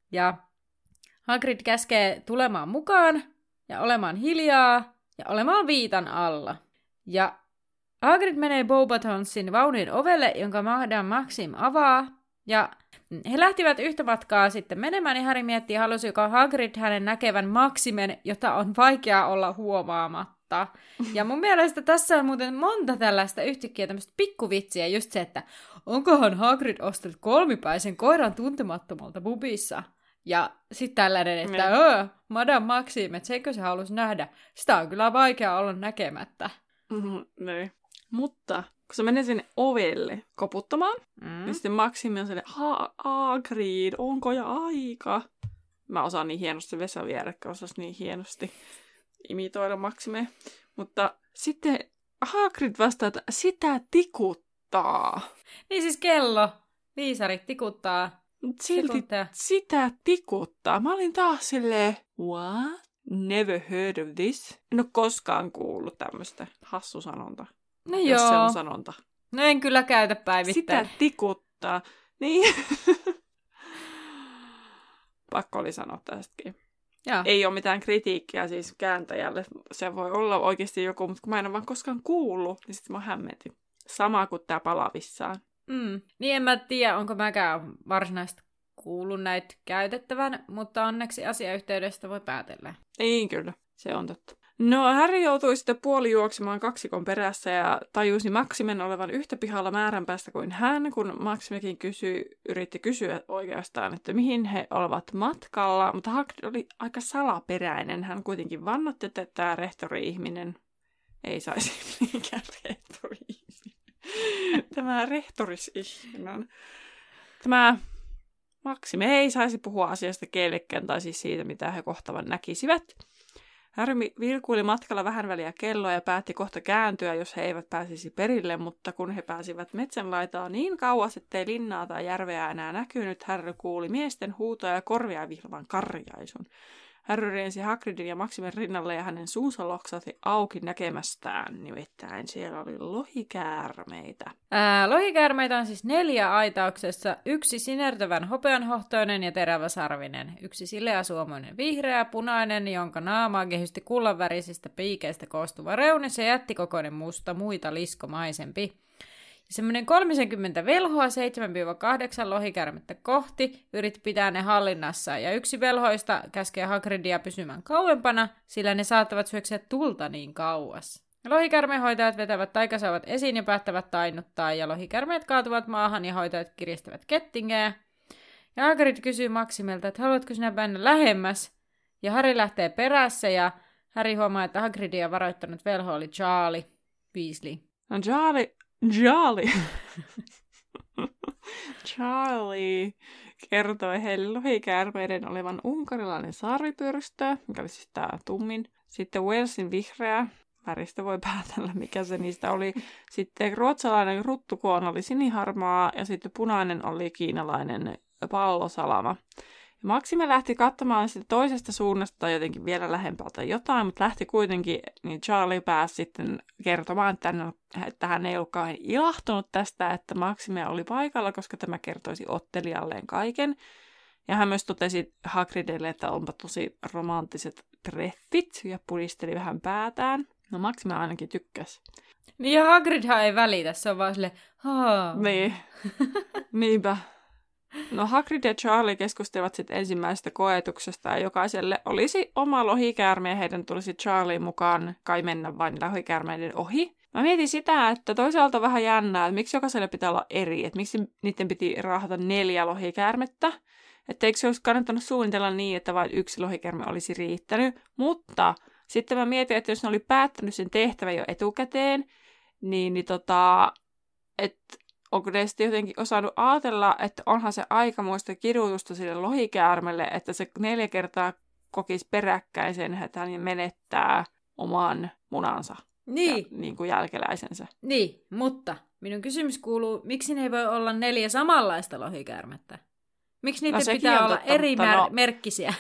Speaker 2: Ja Hagrid käskee tulemaan mukaan ja olemaan hiljaa ja olemaan viitan alla. Ja Hagrid menee Beaubatonsin vaunujen ovelle, jonka Madame Maxim avaa. Ja he lähtivät yhtä matkaa sitten menemään, ja Harry miettii, halusiko Hagrid hänen näkevän Maximen, jota on vaikea olla huomaamatta. Ja mun mielestä tässä on muuten monta tällaista yhtäkkiä tämmöistä pikkuvitsiä, just se, että onkohan Hagrid ostanut kolmipäisen koiran tuntemattomalta pubissa? Ja sitten tällainen, että öö, Madame Maxim, että seikö se halusi nähdä? Sitä on kyllä vaikea olla näkemättä.
Speaker 1: Mm-hmm, niin. Mutta kun se menee sinne ovelle koputtamaan, mm. niin sitten Maximi on silleen, Hagrid, onko jo aika? Mä osaan niin hienosti Vesa Vierekkä, osas niin hienosti imitoida Maximea. Mutta sitten Hagrid vastaa, että sitä tikuttaa.
Speaker 2: Niin siis kello, viisari tikuttaa.
Speaker 1: Silti Sekuntia. Sitä tikuttaa. Mä olin taas silleen, what? Never heard of this. En ole koskaan kuullut tämmöistä hassusanonta.
Speaker 2: No
Speaker 1: jos
Speaker 2: joo.
Speaker 1: se on sanonta.
Speaker 2: No en kyllä käytä päivittäin.
Speaker 1: Sitä tikuttaa. Niin. Pakko oli sanoa tästäkin. Joo. Ei ole mitään kritiikkiä siis kääntäjälle. Se voi olla oikeasti joku, mutta kun mä en ole vaan koskaan kuullut, niin sitten mä hämmentin. Sama kuin tää palavissaan.
Speaker 2: Mm. Niin en mä tiedä, onko mäkään varsinaisesti kuullut näitä käytettävän, mutta onneksi asiayhteydestä voi päätellä.
Speaker 1: Niin kyllä, se on totta. No, Harry joutui sitten puoli juoksemaan kaksikon perässä ja tajusi Maximen olevan yhtä pihalla määränpäästä kuin hän, kun Maximikin kysyi, yritti kysyä oikeastaan, että mihin he olivat matkalla, mutta Hagrid oli aika salaperäinen. Hän kuitenkin vannotti, että tämä rehtori-ihminen ei saisi mikään rehtori-ihminen. Tämä rehtoris-ihminen. Tämä Maxime ei saisi puhua asiasta kellekään, tai siis siitä, mitä he kohtavan näkisivät. Harry vilkuili matkalla vähän väliä kelloa ja päätti kohta kääntyä, jos he eivät pääsisi perille, mutta kun he pääsivät metsänlaitaa niin kauas, ettei linnaa tai järveä enää näkynyt, Harry kuuli miesten huutoja ja korvia vihlovan karjaisun. Harry riensi Hagridin ja Maximen rinnalle ja hänen suunsa loksahti auki näkemästään, nimittäin siellä oli lohikäärmeitä.
Speaker 2: Ää, lohikäärmeitä on siis neljä aitauksessa, yksi sinertävän hopeanhohtoinen ja teräväsarvinen, yksi sileäsuomoinen vihreä, punainen, jonka naama on kehysti kullanvärisistä piikeistä koostuva reunis ja jättikokoinen musta muita liskomaisempi. Semmoinen kolmekymmentä velhoa seitsemän kahdeksan lohikäärmettä kohti yritti pitää ne hallinnassa, ja yksi velhoista käskee Hagridia pysymään kauempana, sillä ne saattavat syöksiä tulta niin kauas. Lohikäärmeenhoitajat vetävät taikasauvat esiin ja päättävät tainnuttaa, ja lohikäärmeet kaatuvat maahan ja hoitajat kiristävät kettingejä. Ja Hagrid kysyy Maximilta, että haluatko sinä mennä lähemmäs? Ja Harry lähtee perässä, ja Harry huomaa, että Hagridia varoittanut velho oli Charlie Weasley.
Speaker 1: No Charlie... Charlie. Charlie kertoi heille lohikäärmeiden olevan unkarilainen sarvipyrstö, mikä oli siis tää tummin. Sitten Walesin vihreä, väristä voi päätellä mikä se niistä oli. Sitten ruotsalainen ruttukoon oli siniharmaa ja sitten punainen oli kiinalainen pallosalama. Ja Maxime lähti katsomaan sitä toisesta suunnasta tai jotenkin vielä lähempältä jotain, mutta lähti kuitenkin, niin Charlie pääsi sitten kertomaan, että hän, että hän ei ollut kauhean ilahtunut tästä, että Maxime oli paikalla, koska tämä kertoisi ottelijalleen kaiken. Ja hän myös totesi Hagridille, että onpa tosi romanttiset treffit ja pudisteli vähän päätään. No Maxime ainakin tykkäsi.
Speaker 2: Niin ja Hagridhan ei välitä, se on vaan silleen, haa.
Speaker 1: Niin, niinpä. No Hagrid ja Charlie keskustelivat sitten ensimmäisestä koetuksesta ja jokaiselle olisi oma lohikäärme ja heidän tulisi Charlie mukaan kai mennä vain lohikäärmeiden ohi. Mä mietin sitä, että toisaalta vähän jännää, että miksi jokaiselle pitää olla eri, että miksi niiden piti raahata neljä lohikäärmettä. Että eikö se olisi kannattanut suunnitella niin, että vain yksi lohikäärme olisi riittänyt, mutta sitten mä mietin, että jos ne oli päättänyt sen tehtävän jo etukäteen, niin, niin tota, että onko ne sitten jotenkin osannut ajatella, että onhan se aikamoista kidutusta sille lohikäärmelle, että se neljä kertaa kokisi peräkkäin sen, että hän menettää oman munansa
Speaker 2: niin.
Speaker 1: Ja, niin kuin jälkeläisensä.
Speaker 2: Niin, mutta minun kysymys kuuluu, miksi ne ei voi olla neljä samanlaista lohikäärmettä? Miksi niiden no, pitää olla totta, eri mer- no... merkkisiä?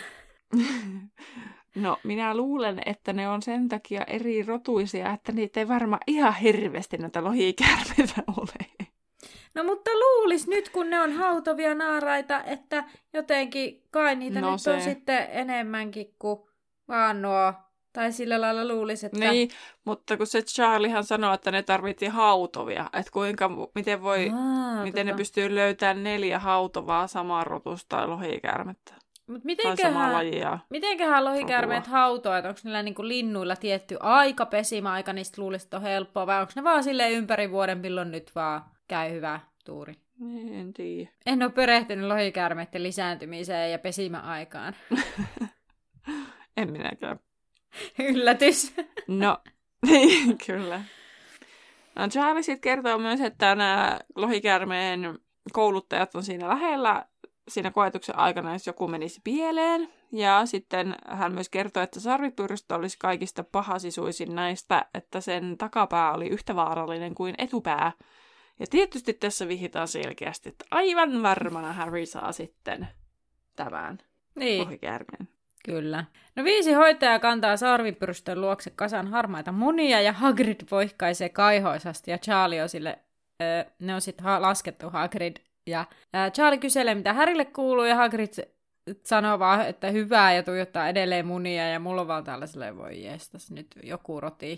Speaker 1: No, minä luulen, että ne on sen takia eri rotuisia, että niitä ei varmaan ihan hirveästi näitä lohikäärmeitä ole.
Speaker 2: No mutta luulis nyt, kun ne on hautovia naaraita, että jotenkin kai niitä
Speaker 1: no
Speaker 2: nyt
Speaker 1: se.
Speaker 2: on sitten enemmänkin kuin vaan nuo. Tai sillä lailla luulis, että...
Speaker 1: Niin, mutta kun se Charliehan sanoi, että ne tarvittiin hautovia. Että kuinka, miten voi,
Speaker 2: Aa,
Speaker 1: miten
Speaker 2: tota.
Speaker 1: ne pystyy löytämään neljä hautovaa samaa rotusta lohikäärmettä.
Speaker 2: Mut
Speaker 1: Tai samaa
Speaker 2: mitenköhän,
Speaker 1: lajia.
Speaker 2: mitenköhän lohikäärmeet hautoo, että onko niillä niinku linnuilla tietty aika, pesimäaika, niistä luulisi, että on helppoa, vai onko ne vaan silleen ympäri vuoden, milloin nyt vaan käy hyvä tuuri?
Speaker 1: En tiedä.
Speaker 2: En ole perehtynyt lohikäärmeiden lisääntymiseen ja pesimäaikaan.
Speaker 1: En minäkään.
Speaker 2: Yllätys.
Speaker 1: No, niin, kyllä. No, Charlie sitten kertoo myös, että nämä lohikäärmeen kouluttajat on siinä lähellä siinä koetuksen aikana, jos joku menisi pieleen. Ja sitten hän myös kertoo, että sarvipyrstö olisi kaikista pahasisuisin näistä, että sen takapää oli yhtä vaarallinen kuin etupää. Ja tietysti tässä vihitaan selkeästi, että aivan varmana Harry saa sitten tämän
Speaker 2: Niin.
Speaker 1: lohikäärmeen.
Speaker 2: Kyllä. No viisi hoitajaa kantaa sarvipyrstön luokse kasan harmaita munia ja Hagrid voihkaisee kaihoisasti ja Charlie on sille, öö, ne on sitten ha- laskettu Hagrid. Ja ää, Charlie kyselee, mitä Harrylle kuuluu ja Hagrid sanoo vaan, että hyvää ja tuijottaa edelleen munia ja mulla on vaan täällä silleen, voi jestas, nyt joku rotii.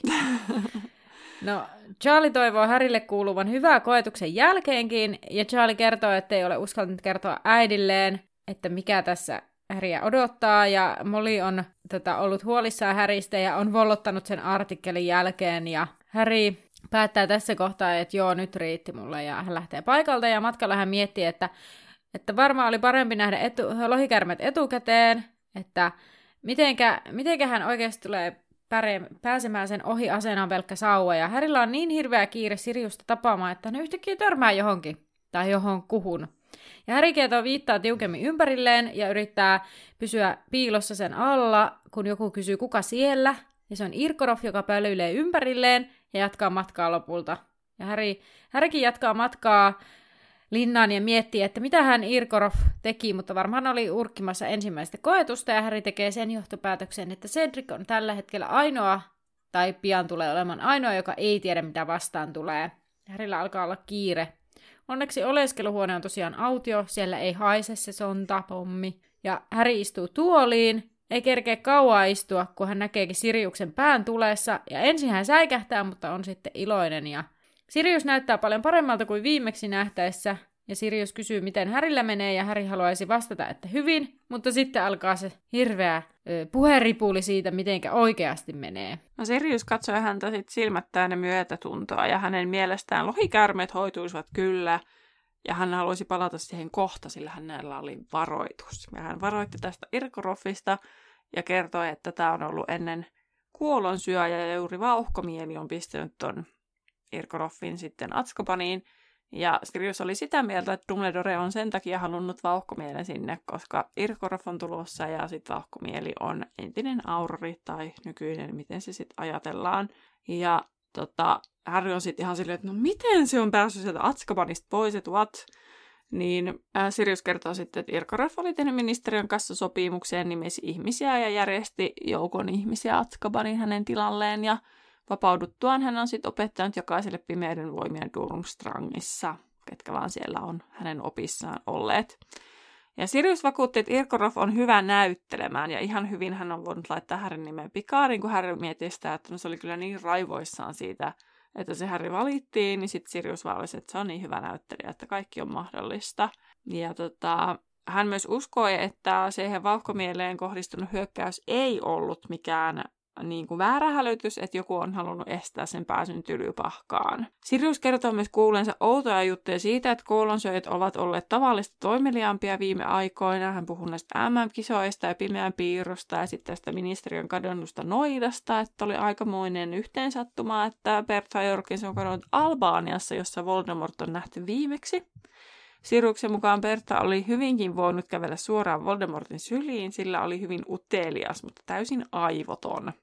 Speaker 2: No, Charlie toivoo Harrylle kuuluvan hyvää koetuksen jälkeenkin ja Charlie kertoo, että ei ole uskaltanut kertoa äidilleen, että mikä tässä Harryä odottaa, ja Molly on tota, ollut huolissaan Harrystä ja on vollottanut sen artikkelin jälkeen, ja Harry päättää tässä kohtaa, että joo, nyt riitti mulle, ja hän lähtee paikalta, ja matkalla hän miettii, että, että varmaan oli parempi nähdä etu, lohikärmet etukäteen, että mitenkä, mitenkä hän oikeasti tulee päre, pääsemään sen ohi aseenaan pelkkä sauva, ja Harrylla on niin hirveä kiire Siriusta tapaamaan, että ne yhtäkkiä törmää johonkin, tai johon kuhun. Ja Harry Keeto viittaa tiukemmin ympärilleen ja yrittää pysyä piilossa sen alla, kun joku kysyy kuka siellä. Ja se on Irkoroff, joka pölyilee ympärilleen ja jatkaa matkaa lopulta. Ja Harry, Harrykin jatkaa matkaa linnaan ja miettii, että mitä hän Irkoroff teki, mutta varmaan oli urkkimassa ensimmäistä koetusta. Ja Harry tekee sen johtopäätöksen, että Cedric on tällä hetkellä ainoa, tai pian tulee olemaan ainoa, joka ei tiedä mitä vastaan tulee. Harryllä alkaa olla kiire. Onneksi oleskeluhuone on tosiaan autio, siellä ei haise se sontapommi. Ja Harry istuu tuoliin, ei kerkeä kauaa istua, kun hän näkeekin Siriuksen pään tulessa. Ja ensin hän säikähtää, mutta on sitten iloinen. Ja Sirius näyttää paljon paremmalta kuin viimeksi nähtäessä. Ja Sirius kysyy, miten Harryllä menee, ja Harry haluaisi vastata, että hyvin. Mutta sitten alkaa se hirveä ö, puheripuuli siitä, mitenkä oikeasti menee.
Speaker 1: No Sirius katsoi häntä sit silmät täynnä myötätuntoa, ja hänen mielestään lohikäärmeet hoituisivat kyllä. Ja hän haluaisi palata siihen kohta, sillä hänellä oli varoitus. Ja hän varoitti tästä Irkoroffista ja kertoi, että tämä on ollut ennen kuolonsyöjä ja juuri vauhkomieli on pistänyt ton Irkoroffin sitten Azkabaniin. Ja Sirius oli sitä mieltä, että Dumbledore on sen takia halunnut vauhkomielen sinne, koska Irkoroff on tulossa ja sitten vauhkomieli on entinen aurori tai nykyinen, miten se sitten ajatellaan. Ja tota, Harry on sitten ihan silleen, että no miten se on päässyt sieltä Azkabanista pois, että what? Niin äh, Sirius kertoo sitten, että Irkoroff oli tehnyt ministeriön kanssa sopimukseen, nimesi ihmisiä ja järjesti joukon ihmisiä Azkabanin hänen tilalleen. Ja vapauduttuaan hän on sitten opettanut jokaiselle pimeyden voimien Durmstrangissa, ketkä vaan siellä on hänen opissaan olleet. Ja Sirius vakuutti, että Irkoroff on hyvä näyttelemään, ja ihan hyvin hän on voinut laittaa Harryn nimen Picardin, kun Harry mietti sitä, että no se oli kyllä niin raivoissaan siitä, että se Harry valittiin, niin sitten Sirius vaan olisi, että se on niin hyvä näyttelijä, että kaikki on mahdollista. Ja tota, hän myös uskoi, että siihen vauhkomieleen kohdistunut hyökkäys ei ollut mikään niin kuin väärä hälytys, että joku on halunnut estää sen pääsyn Tylypahkaan. Sirius kertoo myös kuulensa outoja juttuja siitä, että kuolonsyöjät ovat olleet tavallista toimeliaampia viime aikoina. Hän puhuu näistä M M-kisoista ja pimeän piirrosta ja sitten tästä ministeriön kadonnusta noidasta, että oli aikamoinen yhteensattuma, että Bertha Jorkins on kadonnut Albaaniassa, jossa Voldemort on nähty viimeksi. Siriuksen mukaan Bertha oli hyvinkin voinut kävellä suoraan Voldemortin syliin, sillä oli hyvin utelias, mutta täysin aivoton.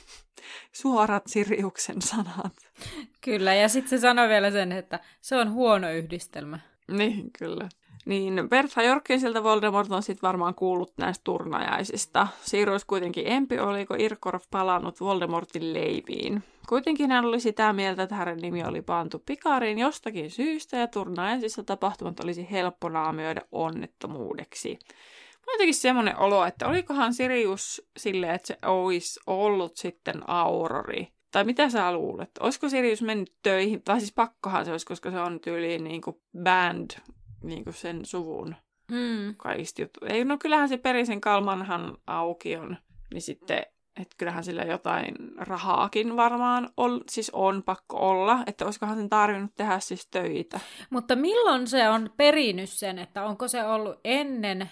Speaker 1: Suorat Siriuksen sanat.
Speaker 2: Kyllä, ja sitten se sanoi vielä sen, että se on huono yhdistelmä.
Speaker 1: Niin, kyllä. Niin Bertha Jorkinsilta Voldemort on sitten varmaan kuullut näistä turnajaisista. Sirius kuitenkin empi, oliko Irkorf palannut Voldemortin leiviin. Kuitenkin hän oli sitä mieltä, että hänen nimi oli pantu pikariin jostakin syystä ja turnajaisissa tapahtumat olisi helppo naamioida onnettomuudeksi. Mulla on jotenkin semmoinen olo, että olikohan Sirius silleen, että se olisi ollut sitten Aurori. Tai mitä sä luulet? Olisiko Sirius mennyt töihin? Tai siis pakkohan se olisi, koska se on tyyliin niin kuin band, niin kuin sen suvun
Speaker 2: Mm.
Speaker 1: kaikista juttu. Ei, no kyllähän se perisen Kalmanhan auki on, niin sitten, että kyllähän sillä jotain rahaakin varmaan on, siis on pakko olla, että olisikohan sen tarvinnut tehdä siis töitä.
Speaker 2: Mutta milloin se on perinyt sen, että onko se ollut ennen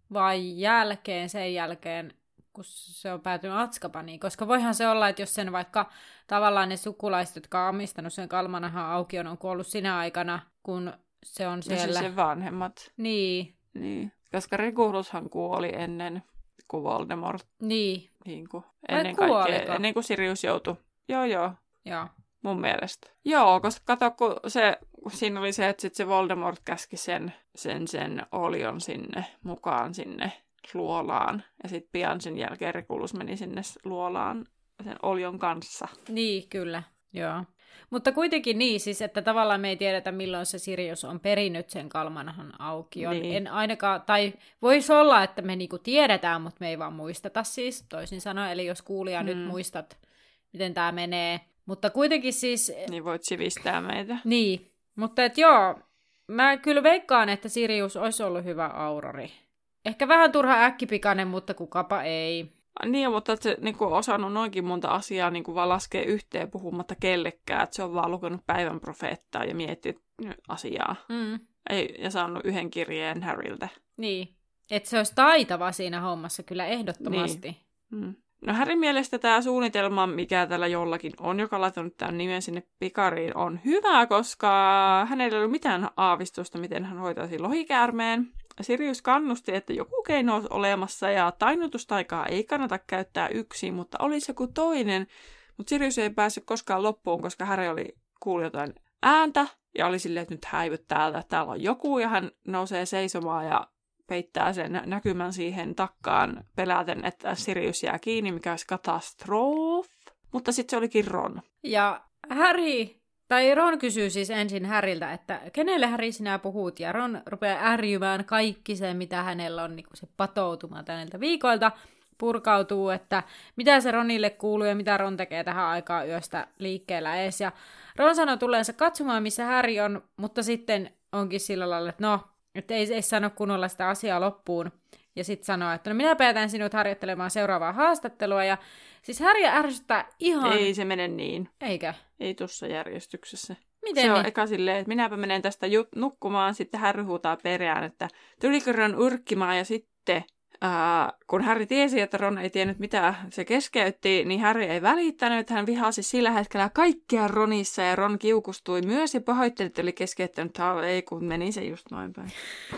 Speaker 2: vai jälkeen sen jälkeen, kun se on päätynyt Azkabaniin? Koska voihan se olla, että jos sen vaikka tavallaan ne sukulaiset, jotka on omistanut sen Kalmanahan aukion, on kuollut sinä aikana, kun se on siellä.
Speaker 1: Ja siis sen vanhemmat.
Speaker 2: Niin.
Speaker 1: Niin. Koska Regulushan kuoli ennen kuin Voldemort.
Speaker 2: Niin.
Speaker 1: Niin kuin,
Speaker 2: Vai
Speaker 1: ennen
Speaker 2: kuoliko?
Speaker 1: kaikkea, ennen kuin Sirius joutui. Joo, joo.
Speaker 2: Joo.
Speaker 1: Mun mielestä. Joo, koska kato, kun se, kun siinä oli se, että sit se Voldemort käski sen, sen, sen Olion sinne mukaan sinne luolaan. Ja sitten pian sen jälkeen Regulus meni sinne luolaan sen Olion kanssa.
Speaker 2: Niin, kyllä. Joo. Mutta kuitenkin niin, siis, että tavallaan me ei tiedetä, milloin se Sirius on perinyt sen Kalmanahan aukion.
Speaker 1: Niin.
Speaker 2: En ainakaan, tai voisi olla, että me niinku tiedetään, mutta me ei vaan muisteta siis, toisin sanoen. Eli jos kuulija mm. nyt muistat, miten tämä menee. Mutta kuitenkin siis...
Speaker 1: Niin voit sivistää meitä.
Speaker 2: Niin, mutta et joo, mä kyllä veikkaan, että Sirius olisi ollut hyvä Aurori. Ehkä vähän turha äkkipikainen, mutta kukapa ei.
Speaker 1: Niin, mutta että se niin kuin osannut noinkin monta asiaa niin kuin vaan laskee yhteen puhumatta kellekään. Että se on vaan lukenut päivän profeettaa ja miettinyt asiaa.
Speaker 2: Mm.
Speaker 1: Ei, ja saanut yhden kirjeen Harryltä.
Speaker 2: Niin, että se olisi taitava siinä hommassa kyllä ehdottomasti.
Speaker 1: Niin. Mm. No Harryn mielestä tämä suunnitelma, mikä tällä jollakin on, joka laittanut tämän nimen sinne pikariin, on hyvä, koska hänellä ei ollut mitään aavistusta, miten hän hoitaisi lohikäärmeen. Sirius kannusti, että joku keino olisi olemassa ja tainutustaikaa ei kannata käyttää yksin, mutta olisi joku toinen. Mutta Sirius ei päässyt koskaan loppuun, koska Harry oli kuullut jotain ääntä ja oli silleen, että nyt häivyt täältä, että täällä on joku ja hän nousee seisomaan ja peittää sen näkymän siihen takkaan peläten, että Sirius jää kiinni, mikä olisi katastrof. Mutta sitten se olikin Ron.
Speaker 2: Ja Harry, tai Ron kysyy siis ensin Harryltä, että kenelle Harry sinä puhut? Ja Ron rupeaa ärjymään kaikki se, mitä hänellä on, niin se patoutuma tänältä viikoilta. Purkautuu, että mitä se Ronille kuuluu ja mitä Ron tekee tähän aikaan yöstä liikkeellä ees. Ja Ron sanoo tulleensa katsomaan, missä Harry on, mutta sitten onkin sillä lailla, että no, että ei, ei sano kunnolla sitä asiaa loppuun. Ja sitten sanoo, että no minä päätän sinut harjoittelemaan seuraavaa haastattelua. Ja siis Harry ärsyttää ihan...
Speaker 1: Ei se mene niin.
Speaker 2: Eikä?
Speaker 1: Ei tuossa järjestyksessä.
Speaker 2: Miten
Speaker 1: se
Speaker 2: niin?
Speaker 1: on eka silleen, että minäpä menen tästä jut- nukkumaan, sitten Harry huutaa perään, että tuliko Ron urkkimaan ja sitten... Ää, kun Harry tiesi, että Ron ei tiennyt, mitä se keskeytti, niin Harry ei välittänyt. Hän vihasi sillä hetkellä kaikkea Ronissa ja Ron kiukustui myös ja pahoitteli, että oli keskeyttänyt. Ei, kun meni se just noin päin.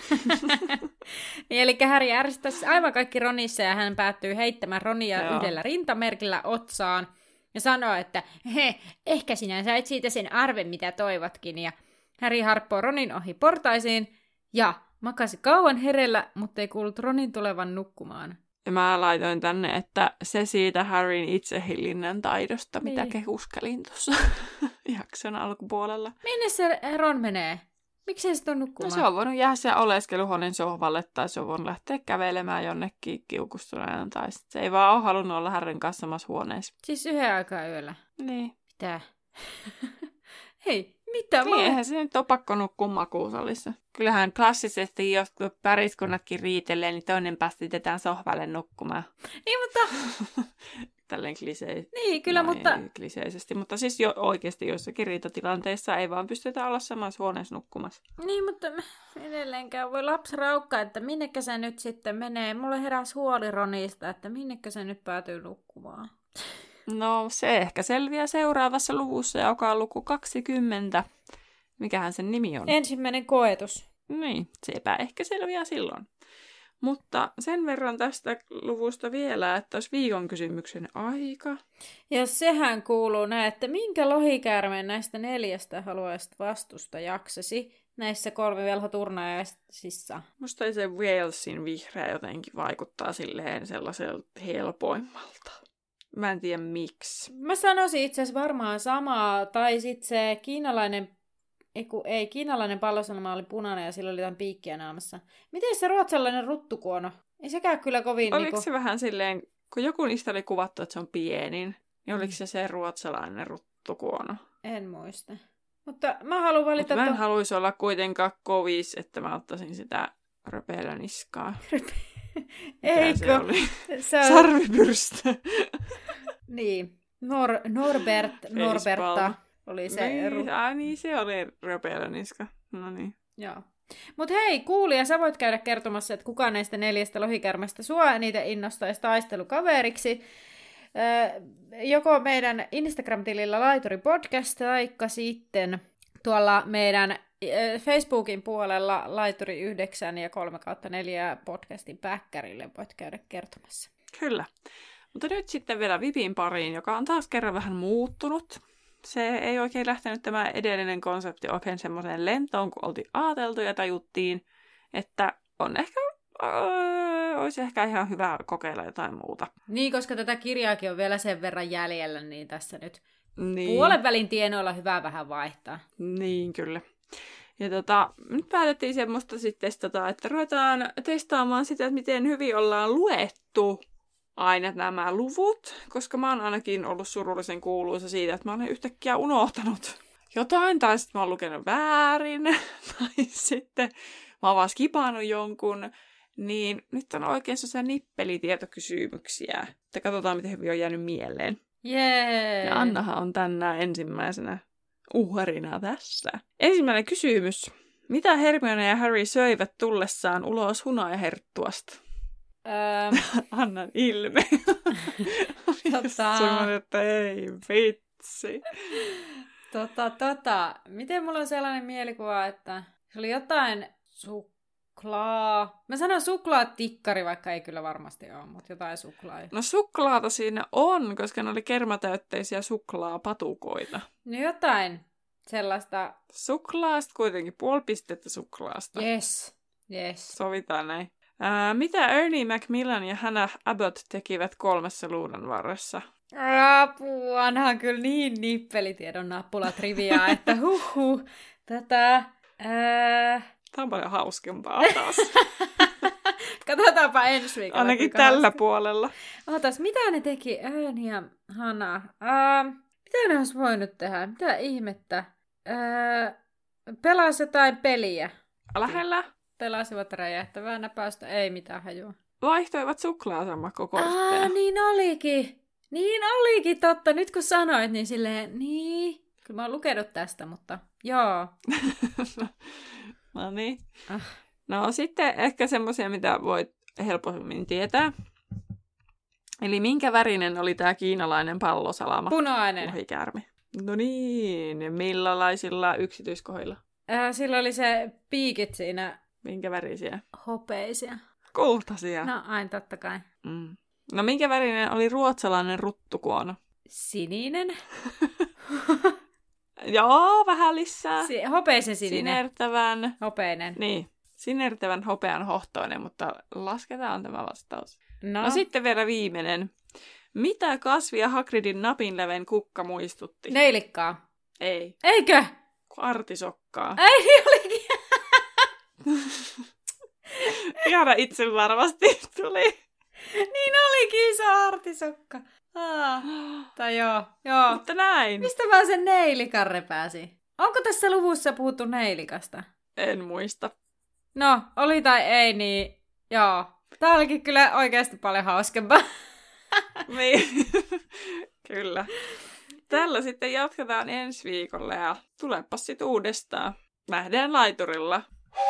Speaker 2: Niin, eli Harry ärsyttäisi aivan kaikki Ronissa ja hän päättyy heittämään Ronia
Speaker 1: Joo.
Speaker 2: yhdellä rintamerkillä otsaan ja sanoo, että he, ehkä sinä sait siitä sen arven, mitä toivotkin. Ja Harry harppoo Ronin ohi portaisiin ja... makasi kauan herellä, mutta ei kuullut Ronin tulevan nukkumaan.
Speaker 1: Ja mä laitoin tänne, että se siitä Harryn itsehillinnän taidosta, niin. mitä kehuskelin tuossa jakson alkupuolella.
Speaker 2: Minne se Ron menee? Miksei se ole nukkumaan?
Speaker 1: No se on voinut jäädä sen oleskeluhuoneen sohvalle, tai se on voinut lähteä kävelemään jonnekin kiukustuneena, tai se ei vaan ole halunnut olla Harryn kanssa samassa huoneessa.
Speaker 2: Siis yhden aikaa yöllä?
Speaker 1: Niin.
Speaker 2: Mitä? Hei, mitä
Speaker 1: niin,
Speaker 2: mä...
Speaker 1: eihän se nyt ole pakko nukkua makuusalissa. Kyllähän klassisesti, jos pariskunnatkin riitelee, niin toinen päästetään sohvalle nukkumaan.
Speaker 2: Niin, mutta...
Speaker 1: Tälleen klisee...
Speaker 2: Niin, kyllä,
Speaker 1: no,
Speaker 2: mutta...
Speaker 1: kliseisesti, mutta siis jo oikeasti joissakin riitatilanteissa ei vaan pystytä olla samassa huoneessa nukkumassa.
Speaker 2: Niin, mutta edelleenkään voi lapsi raukkaa, että minnekä se nyt sitten menee. Mulle heräsi huoli Ronista, että minnekä se nyt päätyy nukkumaan.
Speaker 1: No, se ehkä selviää seuraavassa luvussa, joka on luku kaksikymmentä. Mikähän sen nimi on?
Speaker 2: Ensimmäinen koetus.
Speaker 1: Niin, sepä ehkä selviää silloin. Mutta sen verran tästä luvusta vielä, että olisi viikon kysymyksen aika.
Speaker 2: Ja sehän kuuluu näin, että minkä lohikäärmeen näistä neljästä haluaisit vastustajaksesi? näissä kolmivelhoturnajaisissa.
Speaker 1: Musta ei se Walesin vihreä jotenkin vaikuttaa silleen sellaiselta helpoimmalta. Mä en tiedä miksi.
Speaker 2: Mä sanoisin itse asiassa varmaan samaa, tai sitten se kiinalainen, ei, kun, ei kiinalainen pallosanoma oli punainen ja sillä oli jotain piikkiä naamassa. Miten se ruotsalainen ruttukuono? Ei sekään kyllä kovin...
Speaker 1: Oliko
Speaker 2: niinku...
Speaker 1: se vähän silleen, kun joku niistä oli kuvattu, että se on pienin, niin oliko se se ruotsalainen ruttukuono?
Speaker 2: En muista. Mutta mä haluan valita...
Speaker 1: Mutta mä en
Speaker 2: to...
Speaker 1: haluaisi olla kuitenkaan kovis, että mä ottaisin sitä röpelöniskaa.
Speaker 2: Eikö?
Speaker 1: Se oli?
Speaker 2: Se on...
Speaker 1: Sarvipyrstö.
Speaker 2: Niin. Nor- Norbert, Norberta oli se.
Speaker 1: Niin,
Speaker 2: ru-
Speaker 1: ai niin, se oli röpelöniska. No niin.
Speaker 2: Joo. Mut hei, kuulija, sä voit käydä kertomassa, että kuka näistä neljästä lohikärmestä sua niitä innostaisi taistelukaveriksi. Öö, joko meidän Instagram-tilillä Laituri Podcast, taikka sitten tuolla meidän öö, Facebookin puolella Laituri yhdeksän ja kolme kautta neljä podcastin päkkärille voit käydä kertomassa.
Speaker 1: Kyllä. Mutta nyt sitten vielä Vipin pariin, joka on taas kerran vähän muuttunut. Se ei oikein lähtenyt tämä edellinen konsepti oikein semmoiseen lentoon, kun oltiin ajateltu ja tajuttiin, että on ehkä, öö, olisi ehkä ihan hyvä kokeilla jotain muuta.
Speaker 2: Niin, koska tätä kirjaakin on vielä sen verran jäljellä, niin tässä nyt
Speaker 1: niin.
Speaker 2: puolen välin tienoilla hyvä vähän vaihtaa.
Speaker 1: Niin, kyllä. Ja tota, nyt päätettiin semmoista sitten, tota, että ruvetaan testaamaan sitä, että miten hyvin ollaan luettu aina nämä luvut, koska mä oon ainakin ollut surullisen kuuluisa siitä, että mä olen yhtäkkiä unohtanut jotain, tai sitten mä oon lukenut väärin, tai sitten mä oon vaan skipannut jonkun, niin nyt on oikein sellaisia nippelitietokysymyksiä, että katsotaan, miten hyvin on jäänyt mieleen.
Speaker 2: Jee!
Speaker 1: Ja Annahan on tänään ensimmäisenä uhrina tässä. Ensimmäinen kysymys. Mitä Hermione ja Harry söivät tullessaan ulos hunajaherttuasta?
Speaker 2: Öö,
Speaker 1: Annan ilme.
Speaker 2: tota,
Speaker 1: Semmoinen, että ei vitsi.
Speaker 2: tota, tota. Miten mulla on sellainen mielikuva, että se oli jotain suklaa. Mä sanon suklaatikkari, vaikka ei kyllä varmasti ole, mutta jotain suklaa.
Speaker 1: No suklaata siinä on, koska ne oli kermatäytteisiä suklaapatukoita.
Speaker 2: No jotain sellaista.
Speaker 1: Suklaasta kuitenkin, puoli pistettä suklaasta.
Speaker 2: Yes, yes.
Speaker 1: Sovitaan näin. Ää, mitä Ernie Macmillan ja Hannah Abbott tekivät kolmessa luudan varressa?
Speaker 2: Apua, onhan kyllä niin nippelitiedon nappulatriviaa, että huhhuh. Tätä... Ää...
Speaker 1: Tämä on paljon hauskempaa taas.
Speaker 2: Katsotaanpa ensi viikolla.
Speaker 1: Ainakin tällä hauska. Puolella.
Speaker 2: Ootas, mitä ne teki Ernie ja Hannah? Ää, mitä ne olisi voinut tehdä? Mitä ihmettä? Ää, pelasi jotain peliä.
Speaker 1: Lähellä.
Speaker 2: Pelasivat räjähtävää näpäystä, ei mitään hajua.
Speaker 1: Vaihtoivat suklaasammakkokortteja.
Speaker 2: Aa, niin olikin. Niin olikin, totta. Nyt kun sanoit, niin silleen, niin. Kyllä mä oon lukenut tästä, mutta joo.
Speaker 1: No niin.
Speaker 2: Ah.
Speaker 1: No sitten ehkä semmoisia, mitä voit helpommin tietää. Eli minkä värinen oli tämä kiinalainen pallosalama?
Speaker 2: Punainen.
Speaker 1: Lohikäärme. No niin, millaisilla yksityiskohdilla?
Speaker 2: Äh, sillä oli se piikit siinä.
Speaker 1: Minkä värisiä?
Speaker 2: Hopeisia.
Speaker 1: Kultaisia.
Speaker 2: No aina totta kai.
Speaker 1: Mm. No minkä värinen oli ruotsalainen ruttukuono?
Speaker 2: Sininen.
Speaker 1: Joo, vähän lisää.
Speaker 2: Si- hopeisen sininen.
Speaker 1: Sinertävän.
Speaker 2: Hopeinen.
Speaker 1: Niin, sinertävän hopean hohtoinen, mutta lasketaan tämä vastaus.
Speaker 2: No,
Speaker 1: no sitten vielä viimeinen. Mitä kasvia Hagridin napinläven kukka muistutti?
Speaker 2: Neilikkaa.
Speaker 1: Ei.
Speaker 2: Eikö?
Speaker 1: Artisokkaa.
Speaker 2: Ei, niin olikin.
Speaker 1: Ihana itse varmasti tuli.
Speaker 2: Niin olikin iso artisokka. Ah, tai joo, joo.
Speaker 1: Mutta näin.
Speaker 2: Mistä mä sen neilikan repäsin? Onko tässä luvussa puhuttu neilikasta?
Speaker 1: En muista.
Speaker 2: No, oli tai ei, niin joo. Tää olikin kyllä oikeasti paljon hauskempaa.
Speaker 1: Niin. Kyllä. Tällä sitten jatketaan ensi viikolla ja tulepas sit uudestaan. Nähdään laiturilla.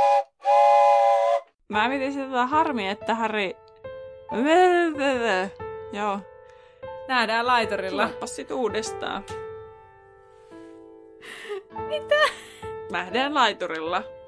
Speaker 1: Mä mietin sitä harmi, että Harry... Joo.
Speaker 2: Nähdään laiturilla.
Speaker 1: Tulepas sit uudestaan.
Speaker 2: Mitä?
Speaker 1: Nähdään laiturilla.